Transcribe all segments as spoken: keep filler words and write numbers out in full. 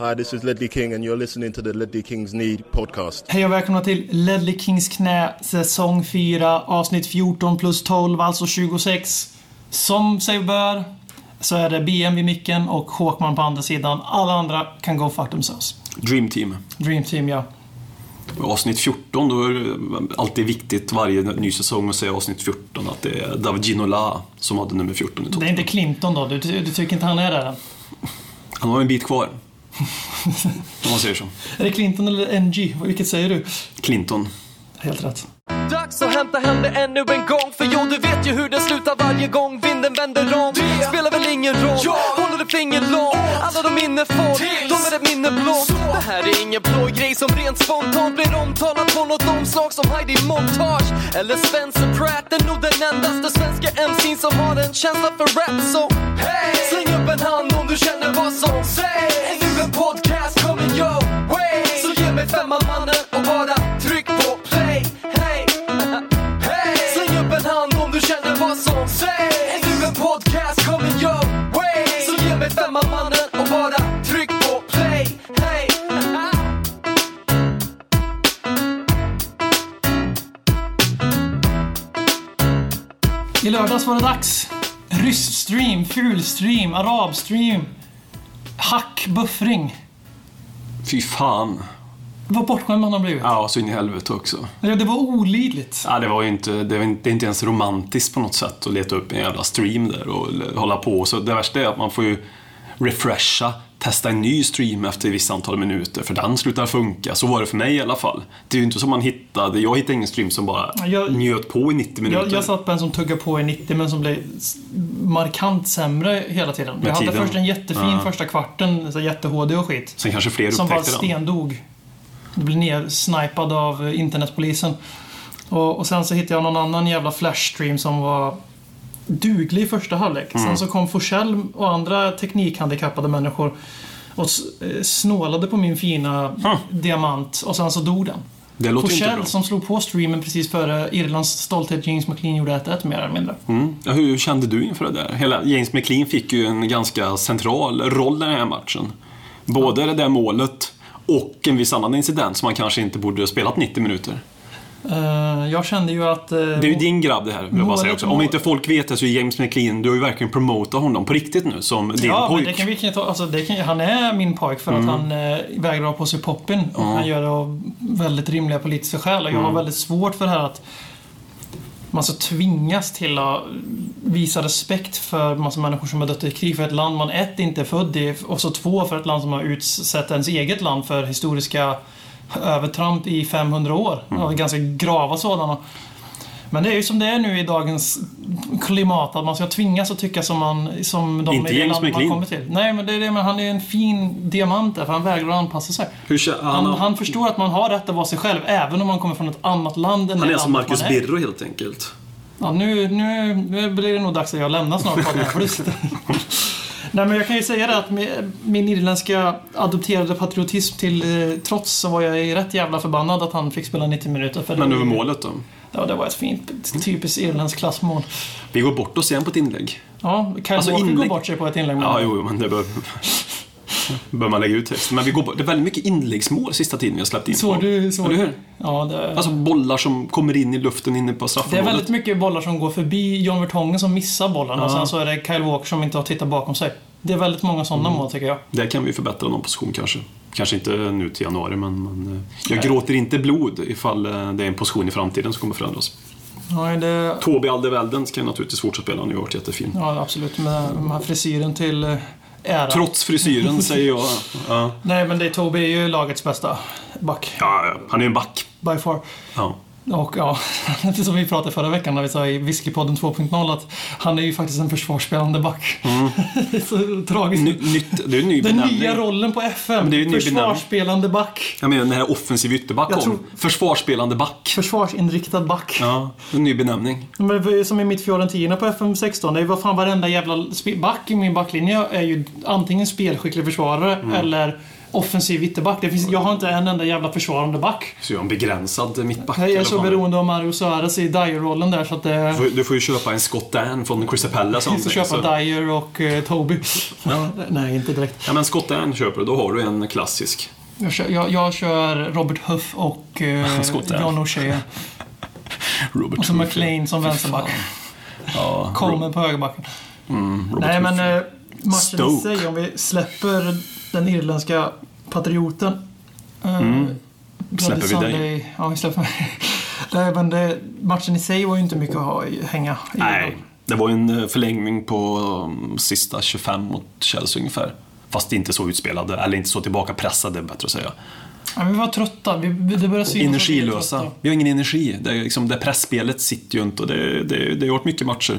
Hi, this is Ledley King and you're listening to the Ledley Kings Need podcast. Hej och välkomna till Ledley Kings knä, säsong fyra, avsnitt fjorton plus tolv, alltså tjugosex. Som sig bör så är det B M vid micken och Håkman på andra sidan. Alla andra kan go fuck themselves. Dream Team. Dream Team, ja. Avsnitt fjorton, då är det alltid viktigt varje ny säsong att säga avsnitt fjorton att det är David Ginola som hade nummer fjorton i toppen. Det är inte Clinton då, du, du tycker inte han är där än? Han har en bit kvar. Om man säger så. Är det Clinton eller N G? Vilket säger du? Clinton. Helt rätt. Dags att hämta hem det ännu en gång. För jo, du vet ju hur det slutar varje gång vinden vänder om. Det spelar väl ingen roll, ja. Håller du finger lång. Alla de minne får, de är ett minne blått. Det här är ingen blå grej som rent spontant blir omtalat på något omslag som Heidi Montage eller Spencer Pratt. Är nog den endaste svenska M C:n som har en känsla för rap. Så hey, släng upp en hand om du känner vad som sägs. Är nu en podcast coming your way. Så ge mig femman mannen och bara tryck på play. Om du känner vad som sägs. Är nu en podcast coming your way. Så ge mig femma mannen och bara tryck på play. Hey. I lördags var det dags. Ryss-stream, ful-stream, arab-stream, hack, buffring. Fy fan. Vad bortskämd man har blivit. Ja, så in i helvete också. Ja, det var olidligt. Ja, det var ju inte, det var inte, det är inte ens romantiskt på något sätt att leta upp en jävla stream där och hålla på. Så det värsta är att man får ju refresha, testa en ny stream efter ett visst antal minuter, för den slutar funka. Så var det för mig i alla fall. Det är ju inte som man hittade, jag hittade ingen stream som bara jag, njöt på i nittio minuter. Jag, jag satt på en som tuggade på i nittio men som blev markant sämre hela tiden. Med jag hade tiden. först en jättefin ja. första kvarten, så jätte-H D och skit. Sen kanske fler som upptäckte bara stendog. Det blev nedsnipad av internetpolisen. Och, och sen så hittade jag någon annan jävla flashstream som var duglig i första halvlek. Mm. Sen så kom Forsell och andra teknikhandikappade människor och snålade på min fina mm. diamant. Och sen så dog den. Det låter Forsell inte bra. som slog på streamen precis före Irlands stolthet James McLean gjorde ett ett mer eller mindre. Mm. Ja, hur kände du inför det där? Hela James McLean fick ju en ganska central roll i den här matchen. Både ja. det där målet och en viss annan incident som man kanske inte borde ha spelat nittio minuter. Uh, jag kände ju att... Uh, det är ju din grabb det här, vill jag bara säga också. Om inte folk vet det så är James McLean, du har ju verkligen promotat honom på riktigt nu som din ja, pojk. Men det kan vi kan ta, alltså, det kan, han är min pojk för mm. att han uh, vägrar ha på sig poppen och mm. han gör det av väldigt rimliga politiska skäl. Och jag mm. har väldigt svårt för det här att man så tvingas till att visa respekt för massa människor som har dött i krig för ett land man ett inte är född i och så två för ett land som har utsett ens eget land för historiska övertramp i femhundra år. Mm. Ja, ganska grava sådana. Men det är ju som det är nu i dagens klimat att man ska tvingas att tycka som man som de inte i James land man kommer till. Nej, men det är det, men han är en fin diamant där för han vägrar att anpassa sig. Hur, han, han, han förstår att man har rätt att vara sig själv även om man kommer från ett annat land än han det är som land Marcus man är. Birro helt enkelt. Ja, nu, nu, nu blir det nog dags att jag lämnar snart på det här. Nej, men jag kan ju säga det att med min irländska adopterade patriotism till eh, trots så var jag rätt jävla förbannad att han fick spela nittio minuter. För men över målet då? Ja, det var ett fint, typiskt irländsk klassmål. Vi går bort och ser på ett inlägg. Ja, Kyle alltså Walker inlägg... går bort sig på ett inlägg. Ja, jo, men det bör... bör man lägga ut text. Men vi går bort. Det är väldigt mycket inläggsmål sista tiden vi har släppt in så på. Du, så eller hur? Ja, det... Alltså bollar som kommer in i luften inne på straffområdet. Det är väldigt mycket bollar som går förbi John Vertongen som missar bollen. Ja. Och sen så är det Kyle Walker som inte har tittat bakom sig. Det är väldigt många sådana mm. mål tycker jag. Där kan vi förbättra någon position kanske. Kanske inte nu till januari, men, men jag Nej. gråter inte blod ifall det är en position i framtiden som kommer förändras. Ja, det... Tobi Alderweireld ska naturligtvis fortsätta spela, han har varit jättefin. Ja, absolut. Med den här frisyren till ära. Trots frisyren säger jag. Ja. Nej, men det är Tobi är ju lagets bästa back. Ja, han är ju en back. By far. Ja. Och ja, som vi pratade förra veckan när vi sa i Whiskypodden två punkt noll att han är ju faktiskt en försvarsspelande back. Mm. Det är så tragiskt. Ny, nytt, det är en ny den benämning. nya rollen på F M. Det är en försvarsspelande back. Jag menar den här offensiv ytterback om. Tror... Försvarsspelande back. Försvarsinriktad back. Ja, en ny benämning. Men som i mitt Fiorentina på F M sexton, det är vad fan varenda jävla back i min backlinje är ju antingen spelskicklig försvarare mm. eller offensiv ytterback. Det finns, jag har inte en enda jävla försvarande back. Så jag är en begränsad mittback. Jag är så beroende av Mario Suarez i Dyer-rollen där så att det... Du får, du får ju köpa en Scott Dan från Crystal Palace. Jag ska köpa så. Dyer och uh, Toby. Ja, nej, inte direkt. Ja, men Scott Dan köper du, då har du en klassisk. Jag kör, jag, jag kör Robert Huff och uh, John O'Shea. Robert och så McLean som vänsterback. Ja, Coleman på högerbacken. Mm, nej, men uh, matchen Stoke. i sig, om vi släpper den irländska patrioten. Uh, mm. Släpper vi Sunday, dig? Ja, vi släpper nej, men det, matchen i sig var ju inte mycket att ha, hänga i. Nej, det var en förlängning på um, sista tjugofem mot Chelsea ungefär. Fast inte så utspelade, eller inte så tillbaka pressade, bättre att säga. Ja, vi var trötta. Vi, det började synas. Energilösa. Vi har ingen energi. Det, är liksom, det pressspelet sitter ju inte och det, det, det har gjort mycket matcher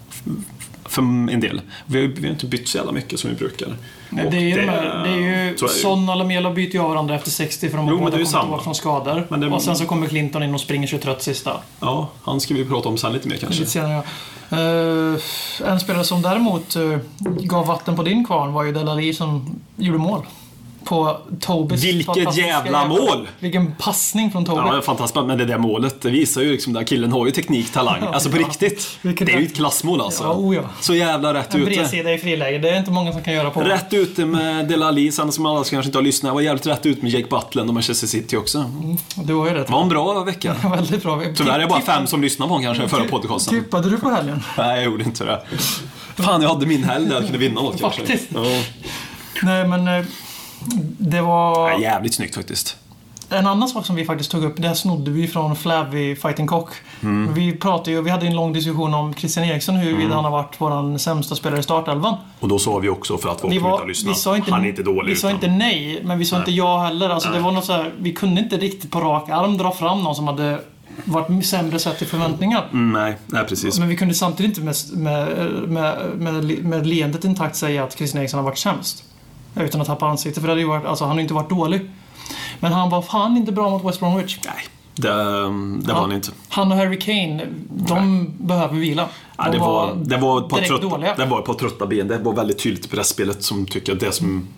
för en del. Vi har, vi har inte bytt så jävla mycket som vi brukar. Nej, det, är det, de det är ju Son och Lamela byter ju av varandra efter sextio för de jo, båda kommer tillbaka från skador. Men det, och sen så kommer Clinton in och springer sig trött sista. Ja, han ska vi prata om sen lite mer kanske. Lite senare, ja. uh, en spelare som däremot uh, gav vatten på din kvarn var ju Delali som gjorde mål. På Tobis. Vilket jävla mål! Vilken passning från Tobi. Ja, det är fantastiskt. Men det där målet, det visar ju liksom att killen har ju teknik, talang. Alltså på ja. riktigt. Vilket det är ju ett klassmål alltså. Ja, oh ja. Så jävla rätt en ute. En bredsida i friläge. Det är inte många som kan göra på. Rätt ute med Delali. Sen som alla kanske inte har lyssnat. Var jävligt rätt ut med Jake Butland och Manchester City också. Mm, du har ju rätt. Det var en bra vecka. Väldigt bra. Tyvärr är det bara fem som lyssnar på honom kanske förra podcasten. Tippade du på helgen? Nej, jag gjorde inte det. Fan, jag hade min helg där jag kunde vinna något kanske. Faktiskt. Ja. Nej, men det var... Ja, jävligt snyggt faktiskt. En annan sak som vi faktiskt tog upp, det här snodde vi från Flavy Fighting Cock. Mm. Vi pratade ju, vi hade en lång diskussion om Christian Eriksson, huruvida mm. han har varit våran sämsta spelare i startelvan. Och då sa vi också, för att folk vi var, inte har lyssnat, vi sa inte, han är inte dålig. Vi sa utan... inte nej, men vi sa nej. inte ja heller. Alltså, det var något så här, vi kunde inte riktigt på rak arm dra fram någon som hade varit sämre sett i förväntningar. Mm, nej, nej, precis. Men vi kunde samtidigt inte med, med, med, med, med leendet intakt säga att Christian Eriksson har varit sämst. Utan att tappa ansikte, för det hade ju varit, alltså, han har inte varit dålig. Men han var fan inte bra mot West Bromwich. Nej, det, det var han inte. Han och Harry Kane, de Nej. behöver vila. De ja, det, var, det, var på trötta, det var på trötta ben. Det var väldigt tydligt på det spelet som tycker att det som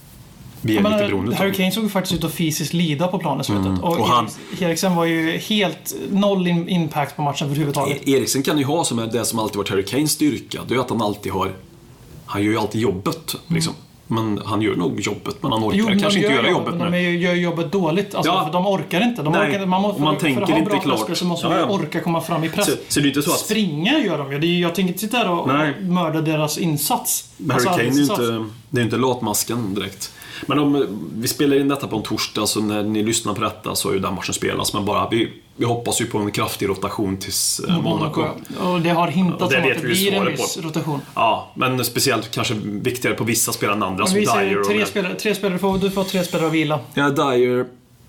vi är men, lite beroende. Harry Kane såg faktiskt ut att fysiskt lida på planen slutet. Mm. Och, och han, Eriksen var ju helt noll in, impact på matchen överhuvudtaget. Eriksen kan ju ha som är det som alltid varit Harry Kanes styrka. Det är att han alltid har, han gör ju alltid jobbet liksom. Mm. Men han gör nog jobbet, men han orkar jo, men kanske inte göra jobbet. Men de gör jobbet dåligt. Alltså, ja. för de orkar inte. De Nej. orkar, man måste, man för, tänker för att ha inte bra klart. Så måste ja, man ja. orka komma fram i press. Så, så det är inte så att... Springa gör de ju. Det är, jag tänker inte sitta där och, och mörda deras insats. Men Harry Kane är ju inte, det är inte latmasken direkt. Men om vi spelar in detta på en torsdag, så när ni lyssnar på detta så är ju den matchen spelas. Men bara, vi, vi hoppas ju på en kraftig rotation tills eh, Monaco. Och det har hintat om det att det blir en viss på. rotation. Ja, men speciellt kanske viktigare på vissa spelare än andra. Men som vi Dyer tre, och spelare, tre spelare får, du får tre spelare att vila. Ja, Dyer,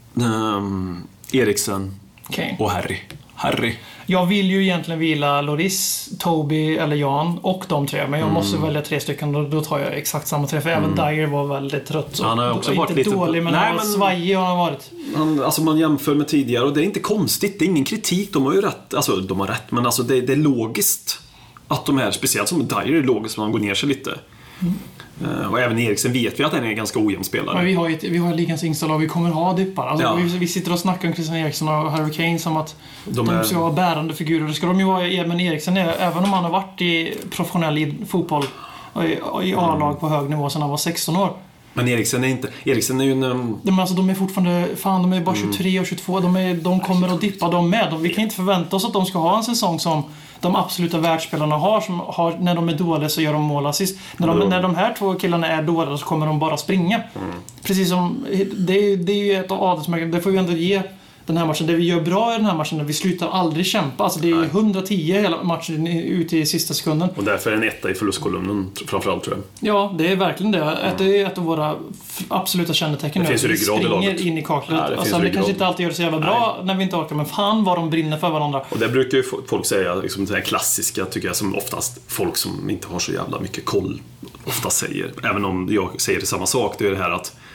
um, Eriksen okay. och Harry. Harry. Jag vill ju egentligen vila Loris, Toby eller Jan och de tre. Men jag mm. måste välja tre stycken. Då, då tar jag exakt samma tre. För mm. även Dyer var väldigt trött. Så han har också varit inte lite dålig, men, Nej, men svajig har han varit. Han, alltså man jämför med tidigare. Och det är inte konstigt. Det är ingen kritik. De har ju rätt. Alltså de har rätt. Men alltså det, det är logiskt att de här, speciellt som Dyer är logiskt. Man går ner sig lite. Mm. Uh, och även Eriksen vet vi att han är en ganska ojämn spelare. Men vi har ju ett, vi har ligans install och vi kommer ha dippar. Alltså, ja. vi, vi sitter och snackar om Christian Eriksson och Harry Kane som att de, de är... ska vara bärande figurer. Det ska de ju vara. Men Eriksen är, även om han har varit i professionell fotboll och i, i A-lag på hög nivå sedan han var sexton år. Men Eriksen är inte... Eriksen är ju en... Um... De, alltså, de är fortfarande... Fan, de är bara tjugotre och tjugotvå. De, är, de kommer att dippa dem med. De, vi kan inte förvänta oss att de ska ha en säsong som de absoluta världsspelarna har, som har. När de är dåliga så gör de mål assist. När de, mm. när de här två killarna är dåliga så kommer de bara springa. Mm. Precis som... Det, det är ju ett av adelsmärken. Det får vi ändå ge den här matchen. Det vi gör bra i den här matchen, när vi slutar aldrig kämpa. Alltså det är Nej. hundratio hela matchen ut i sista sekunden. Och därför är en etta i förlustkolumnen framförallt, tror jag. Ja, det är verkligen det. Mm. Det är ett av våra absoluta kännetecken. Det finns ju vi ryggrad i laget. In i kaklet. Ja, det alltså, det kanske inte alltid gör det så jävla bra Nej. när vi inte orkar, men fan vad de brinner för varandra. Och det brukar ju folk säga, liksom det här klassiska, tycker jag, som oftast folk som inte har så jävla mycket koll ofta säger. Även om jag säger samma sak, det är det här att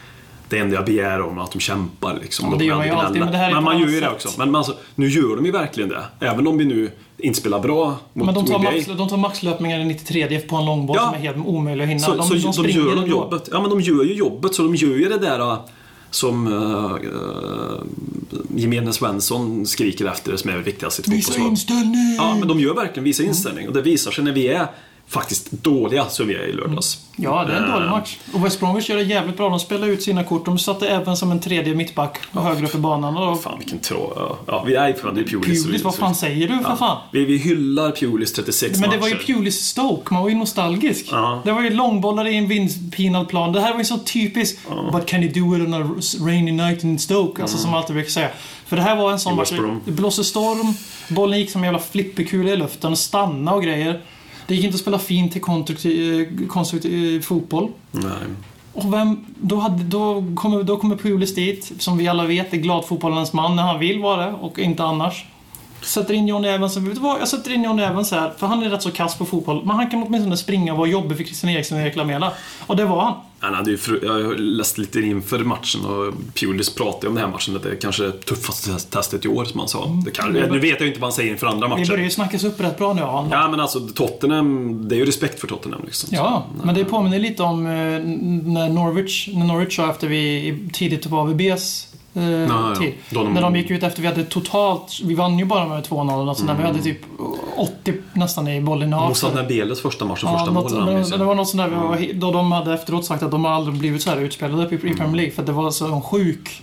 det enda jag begär om att de kämpar liksom. Ja, det gör man ju alltid, men det här är men man gör ju det sätt. också. Men alltså, nu gör de ju verkligen det. Även om vi nu inte spelar bra mot Men de tar, Wiggay. max, de tar maxlöpningar i nittiotre på en långboll Ja. som är helt omöjlig att hinna. Så, de, så de, de, springer gör de ändå. jobbet. Ja, men de gör ju jobbet, så de gör ju det där uh, som uh, uh, gemene Svensson skriker efter, det som är viktigast i ett Visa fotbollslag. inställning! Ja, men de gör verkligen visa inställning. Och det visar sig när vi är faktiskt dåliga som vi är i lördags. Ja, det är en dålig Uh, match. Och West Bromwich gör det jävligt bra. De spelar ut sina kort. De satte även som en tredje mittback högre upp i banan. Och Fan, vilken tro... Ja, ja vi är fan, det är Pulis. Pulis, vad fan säger du för ja. fan? Vi, vi hyllar Pulis trettiosex Men det matcher. var ju Pulis Stoke, man var ju nostalgisk. Ja. Det var ju långbollar i en vindpinad plan. Det här var ju så typiskt. Ja. But can you do it on a rainy night in Stoke? Alltså som man alltid brukar säga. För det här var en sån I match. West Brom. Det blåste storm, bollen gick som en jävla flipperkula i luften och stanna och grejer. Det gick inte att spela fint till konstruktiv, konstruktiv fotboll. Nej. Och vem, då, hade, då, kommer, då kommer Pulis dit, som vi alla vet är glad fotbollens man när han vill vara det och inte annars. Sätter in Johnny Evans, vet du vad? Jag sätter in Johnny Evans här, för han är rätt så kass på fotboll. Men han kan åtminstone springa och vara jobbig för Christian Eriksen och Erik Lamela. Och det var han. Han hade ju fru- jag läste lite inför matchen och Pulis pratade om den här matchen, att det är kanske tuffaste testet i år, som han sa. Det kan, nu vet jag ju inte vad han säger inför andra Vi matcher. börjar ju snackas upp rätt bra nu. Ja, Ja, men alltså Tottenham, det är ju respekt för Tottenham liksom. ja, men det påminner lite om eh, när Norwich, när Norwich sa efter vi tidigt på A V B's eh, ja. tid. Då de- När de gick ut efter vi hade totalt, vi vann ju bara med två noll och sånt där. Vi hade typ åttio nästan i bollinnehav. Moussa Nabeles första match och Ja, första något, målen. det, minns jag. det var något sånt där vi var, då de hade efteråt sagt att de har aldrig blivit så här utspelade i Premier League för att det var så en sjuk.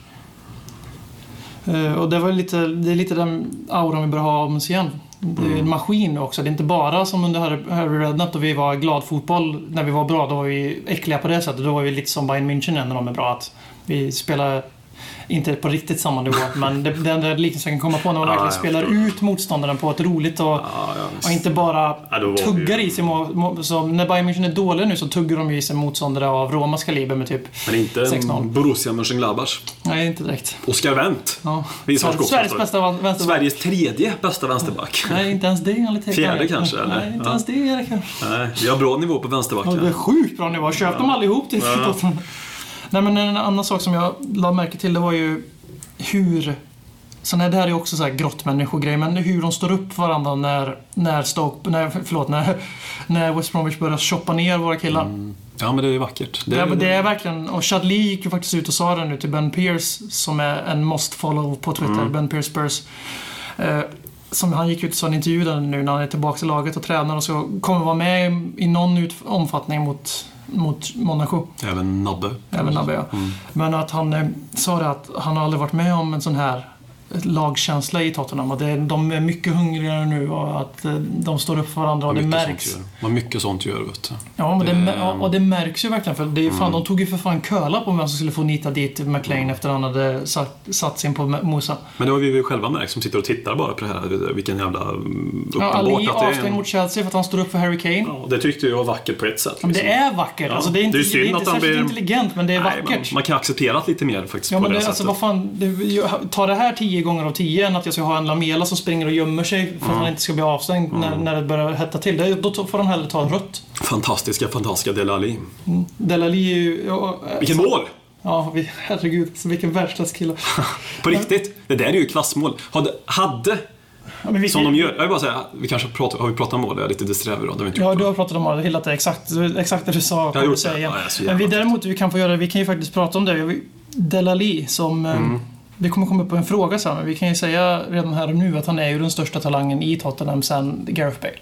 Uh, och det var lite, det är lite den auran vi bör ha om oss igen. Det är en maskin också. Det är inte bara som under Harry, Harry Redknapp då vi var glad fotboll när vi var bra. Då var vi äckliga på det sättet. Då var vi lite som Bayern München när de är bra. Att vi spelar inte på riktigt samma nivå, men det, det enda liknelsen jag kan komma på när man Ja, verkligen jag spelar förstår. ut motståndaren på ett roligt och, Ja, ja, visst. och inte bara Ja, då var vi tuggar ju- i sig. må- må- Så när Bayern München är dåliga nu så tuggar de ju i sig motståndare av Romas kaliber med typ Men inte sex noll. Borussia Mönchengladbach. Nej, inte direkt. Oskar Wendt. Ja. Vi som Sveriges, ska Sveriges också- bästa van- vänsterback. Sveriges tredje bästa vänsterback. Nej, inte ens det är lite Fjärde kanske, eller? Nej, inte Ja. ens det är det kanske. Nej, vi har bra nivå på Ja, det är vänsterbacken. sjukt bra nivå. Köp dem allihop till Ja. Nej, men en annan sak som jag la märke till, det var ju hur... Så nej, det här är också så här grottmänniskogrej, men hur de står upp för varandra när, när Stoke... När, förlåt, när, när West Bromwich börjar shoppa ner våra killar. Mm. Ja, men det är vackert. Det, är, det är verkligen... Och Chadli gick ju faktiskt ut och sa det nu till Ben Pearce, som är en must follow på Twitter, Mm. Ben Pearce Spurs. Eh, som han gick ut och sa en intervju där nu när han är tillbaka i laget och tränar och så kommer vara med i, i någon ut, omfattning mot, mot Monaco. Även Nabbe. Även Nabbe, ja. Mm. Men att han eh, sa det att han har aldrig varit med om en sån här lagkänsla i Tottenham. Och det, de är mycket hungrigare nu och att eh, de står upp för varandra och det Mycket märks. sånt gör. Vad mycket sånt gör, vet du. Ja, men det, Det- mär- och det märks ju verkligen. För det är fan, Mm. de tog ju för fan köla på vem som skulle få nita dit McLean efter att han hade satt, satt sin på Mosa. Men det har vi ju själva märkt som sitter och tittar bara på det här. Vilken jävla mm, Ja, uppenbart Ali att det är avstängd en... mot Chelsea för att han står upp för Harry Kane. Ja, det tyckte jag var vackert på ett sätt. Ja, men det liksom. är vackert. Ja, Alltså, det är inte, det är det synd är inte att han särskilt blir- intelligent, men det är Nej, vackert. men man kan acceptera lite mer faktiskt Ja, på men det, det, sättet. alltså, vad fan, det, jag, ta det här tio gånger av tio än att jag ska ha en Lamela som springer och gömmer sig för att han inte ska bli avstängd när, när det börjar hetta till. Det, då får han hellre ta rött. Fantastiska, fantastiska Dele Alli. Delali är ju... Ja, Vilken mål! Ja, vi, herregud. Så vilken världsklasskille. På riktigt. Det där är ju klassmål. Hade, hade Ja, men vilken, som de gör. Jag vill bara säga, vi kanske pratar, har vi pratat om mål? Jag är lite distraherad då. Det har vi inte Ja, gjort. du har pratat om det. Hela det exakt, exakt det du sa. har Kan gjort du säga det. igen. Ja, jag är så Men jävla vi däremot, vi kan få göra, vi kan ju faktiskt prata om det. Vi- Delali som... eh, Mm. Det kommer komma upp på en fråga sen, men vi kan ju säga redan här och nu att han är ju den största talangen i Tottenham sen Gareth Bale.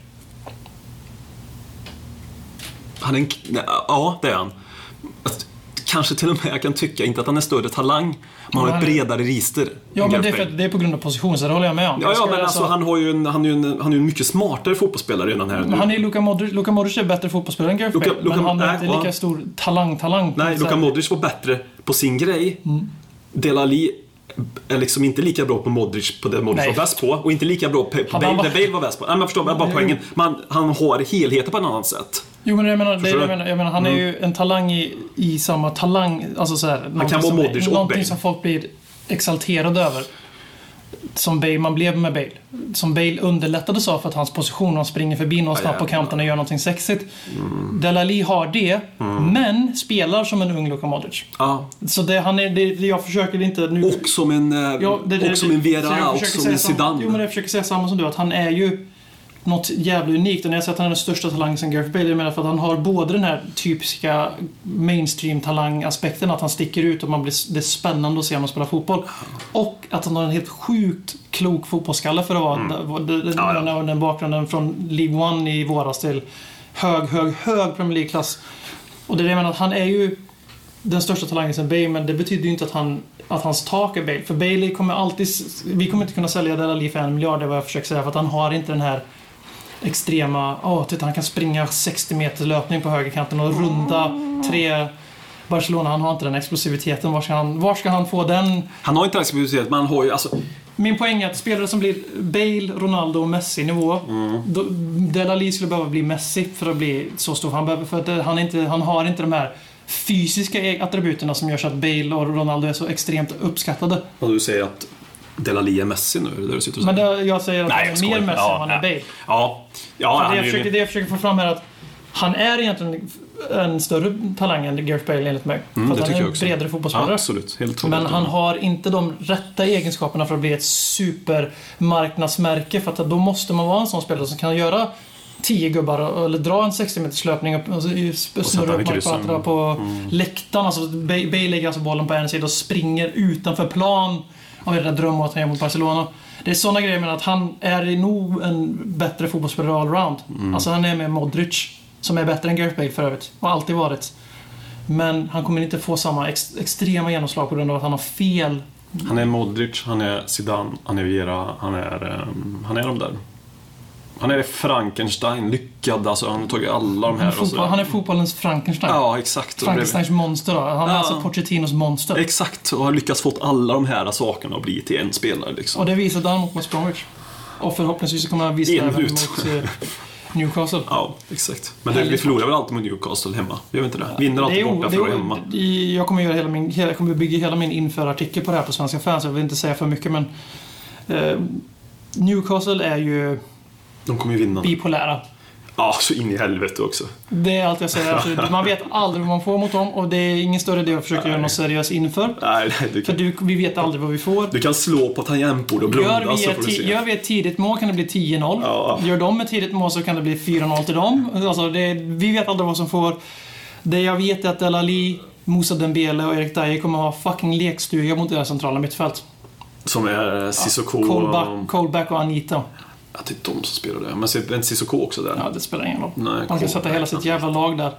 Han är en, nej, ja, det är han. Att- Kanske till och med jag kan tycka, inte att han är större talang, men han har ett Nej. bredare register. Ja, än men det är, Gareth för, Bale. att det är på grund av position, så det håller jag med om. Ja, Jag ja, ska- men alltså, han, har ju en, han, är ju en, han är ju en mycket smartare fotbollsspelare redan här nu. Men han är Luka Modric, Luka Modric är bättre fotbollsspelare än Gareth Luka- Bale, Luka- men han är nej, inte ja. lika stor talang-talang. Nej, Luka Modric var bättre på sin grej. Mm. Dele Alli är liksom inte lika bra på Modric på det Modric Nej. var bäst på, och inte lika bra på på Han Bale, var- det Bale var bäst på. Nej, men jag förstår bara Jo. poängen. Man, han har helheten på ett annat sätt. Jo, men jag menar, det, är- Förstår jag du? menar, jag menar han är ju en talang i, i samma talang, alltså så här, någonting kan vara som, Modric och någonting Bale. som folk blir exalterade över. som Bale, man blev med Bale. Som Bale underlättades av för att hans position, han springer förbi någon snabbt på kanten och gör någonting sexigt. Mm. Dele Alli har det, mm. men spelar som en ung Luka Modric. Ja. Så det, han är, det, jag försöker inte nu... Och som en, ja, det, det, och som en Vera, och som en Zidane. Jo, men jag försöker säga samma som du, att han är ju något jävla unikt. Och när jag säger att han är den största talangen sen Gareth Bale, jag menar för att han har både den här typiska mainstream-talang-aspekten, att han sticker ut och man blir, det är spännande att se honom spela fotboll, och att han har en helt sjukt klok fotbollsskalle för att vara mm. den, den, ja, ja. den bakgrunden från League One i våras till hög, hög, hög Premier League-klass. Och det är det jag menar, att han är ju den största talangen sen Bale, men det betyder ju inte att, han, att hans tak är Bale. För Bale kommer alltid, vi kommer inte kunna sälja Dele Alli för en miljard, det var jag försöker säga, för att han har inte den här extrema, åh, titta, han kan springa sextio meter löpning på högerkanten och runda tre Barcelona. Han har inte den explosiviteten. Var ska han, var ska han få den? Han har inte den explosivitet, men han har ju alltså... Min poäng är att spelare som blir Bale, Ronaldo och Messi nivå, mm. då, Dele Alli skulle behöva bli Messi för att bli så stor. Han, behöver, för att han, inte, han har inte de här fysiska attributerna som gör så att Bale och Ronaldo är så extremt uppskattade. Och du säger att Dele Alli är Messi nu, det du sitter och säger. Men det, jag säger att nej, han är mer Messi ja, än han är Bale. Ja, ja. Det jag, försöker, det jag försöker få fram här är att han är egentligen en större talang än Gareth Bale enligt mig. Mm, för att han är en bredare fotbollsspelare. Absolut, helt men han har inte de rätta egenskaperna för att bli ett supermarknadsmärke, för att då måste man vara en sån spelare som kan göra tio gubbar eller dra en sextio meters löpning och, och snurra upp markpattra på mm. läktaren. Alltså, Bale lägger alltså bollen på en sida och springer utanför plan av det där drömmen att han gör mot Barcelona. Det är såna grejer, men att han är nog en bättre fotbollsspelare allround. Mm. Alltså han är med Modric, som är bättre än Gareth Bale för övrigt, och alltid varit. Men han kommer inte få samma ex- extrema genomslag på grund av att han har fel. Han är Modric, han är Zidane, han är Vieira, han är, um, han är de där. Han är Frankenstein, lyckad, alltså han har tagit alla de här. Fotboll, han är fotbollens Frankenstein. Ja, exakt. Frankensteins monster då. Han är ja. alltså Pochettinos monster. Exakt, och har lyckats fått alla de här sakerna att bli till en spelare liksom. Och det visade han mot West Bromwich. Och förhoppningsvis så kommer han visa det även mot eh, Newcastle. Ja, exakt. Men det, vi förlorar väl alltid mot Newcastle hemma. Gör vi inte det? Vinner alltid det är, borta det är, för hemma. Jag kommer göra hela min jag kommer bygga hela min införartikel på det här på Svenska fans. Jag vill inte säga för mycket, men eh, Newcastle är ju de kommer ju vinna. Bipolära. Ja, så in i helvete också. Det är allt jag säger. Alltså, man vet aldrig vad man får mot dem, och det är ingen större idé att försöka nej. göra något seriöst inför. Nej, nej, du kan... För du, vi vet aldrig vad vi får. Du kan slå på tangentbord och blunda, gör vi, så får du se. Gör vi ett tidigt mål kan det bli tio noll. Ja. Gör de ett tidigt mål så kan det bli fyra noll till dem. Alltså, det, vi vet aldrig vad som får. Det jag vet är att Dele Alli, Moussa Dembele och Eric Dyer kommer ha fucking lekstuga mot deras centrala mittfält. Som är Sissoko. Ja, Colback, Colback och Anita. Jag tyckte de som spelar det. Men är inte Sissoko också där? Ja, det spelar ingen roll. Nej, man kan sätta hela sitt jävla lag där.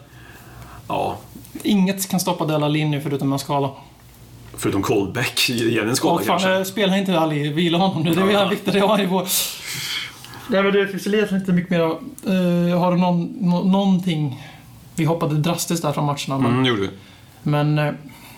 Ja. Inget kan stoppa Dele Alli nu förutom en skala. Förutom Colback i en skala och fan, kanske. Spelar inte Alli, vila honom nu. Det är ja. viktigt det har i vår... Nej, men det finns inte mycket mer. Uh, har du någon, no, någonting... Vi hoppade drastiskt där från matcherna. Men, mm, gjorde vi. Men... Uh,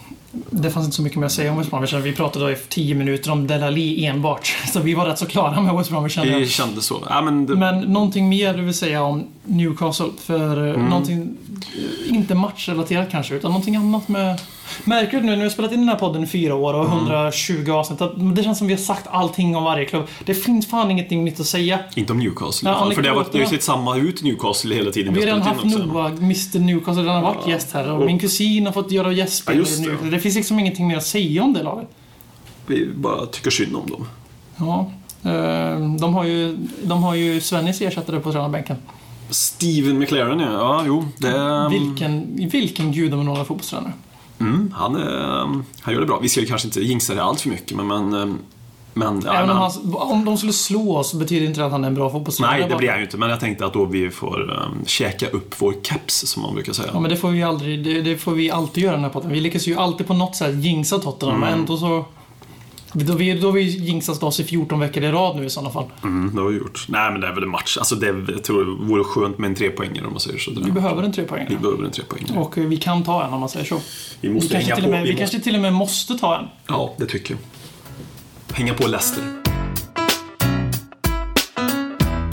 det fanns inte så mycket mer att säga om West Bromwich. Vi pratade då i tio minuter om Dele Alli enbart. Så vi var rätt så klara med West Bromwich. Det kändes så. Ja, men, det... men någonting mer du vill säga om Newcastle? För mm. någonting, inte matchrelaterat kanske, utan någonting annat med... Märker du nu när vi har spelat in den här podden i fyra år och mm. hundratjugo avsnitt att det känns som vi har sagt allting om varje klubb. Det finns fan ingenting nytt att säga. Inte om Newcastle. Ja, för det har varit, det har sett samma ut Newcastle hela tiden. Vi har redan haft Noah, mister Newcastle, redan har varit ja. gäst här. Och, och min kusin har fått göra gästspel. Ja, det. det finns liksom ingenting mer att säga om det laget. Vi bara tycker synd om dem. Ja. De har ju, de har ju Svennis ersättare på tränarbänken. Steven McLaren, ja. ja jo, det... Vilken, vilken gudominola fotbollstränare. Mm, han, han gör det bra. Vi skulle kanske inte jinxa det allt för mycket, men... men, men ja, Även om, han, om de skulle slå oss betyder inte det att han är en bra fotbollstränare. Nej, det blir han ju inte. Men jag tänkte att då vi får um, käka upp vår caps, som man brukar säga. Ja, men det får vi aldrig. Det, det får vi alltid göra den här podden. Vi lyckas ju alltid på något sätt jinxa Tottenham, mm. men ändå så... Då vi, då vi jinxat oss i fjorton veckor i rad nu i sådana fall. Mm, det har vi gjort. Nej, men det är väl en match. Alltså det, jag tror det vore skönt med en trepoängare om man säger så. Vi behöver en trepoängare. Vi behöver en trepoängare. Och vi kan ta en om man säger så. Vi, måste vi, kanske till, på. Med, vi, vi måste... kanske till och med måste ta en. Ja, det tycker jag. Hänga på Leicester.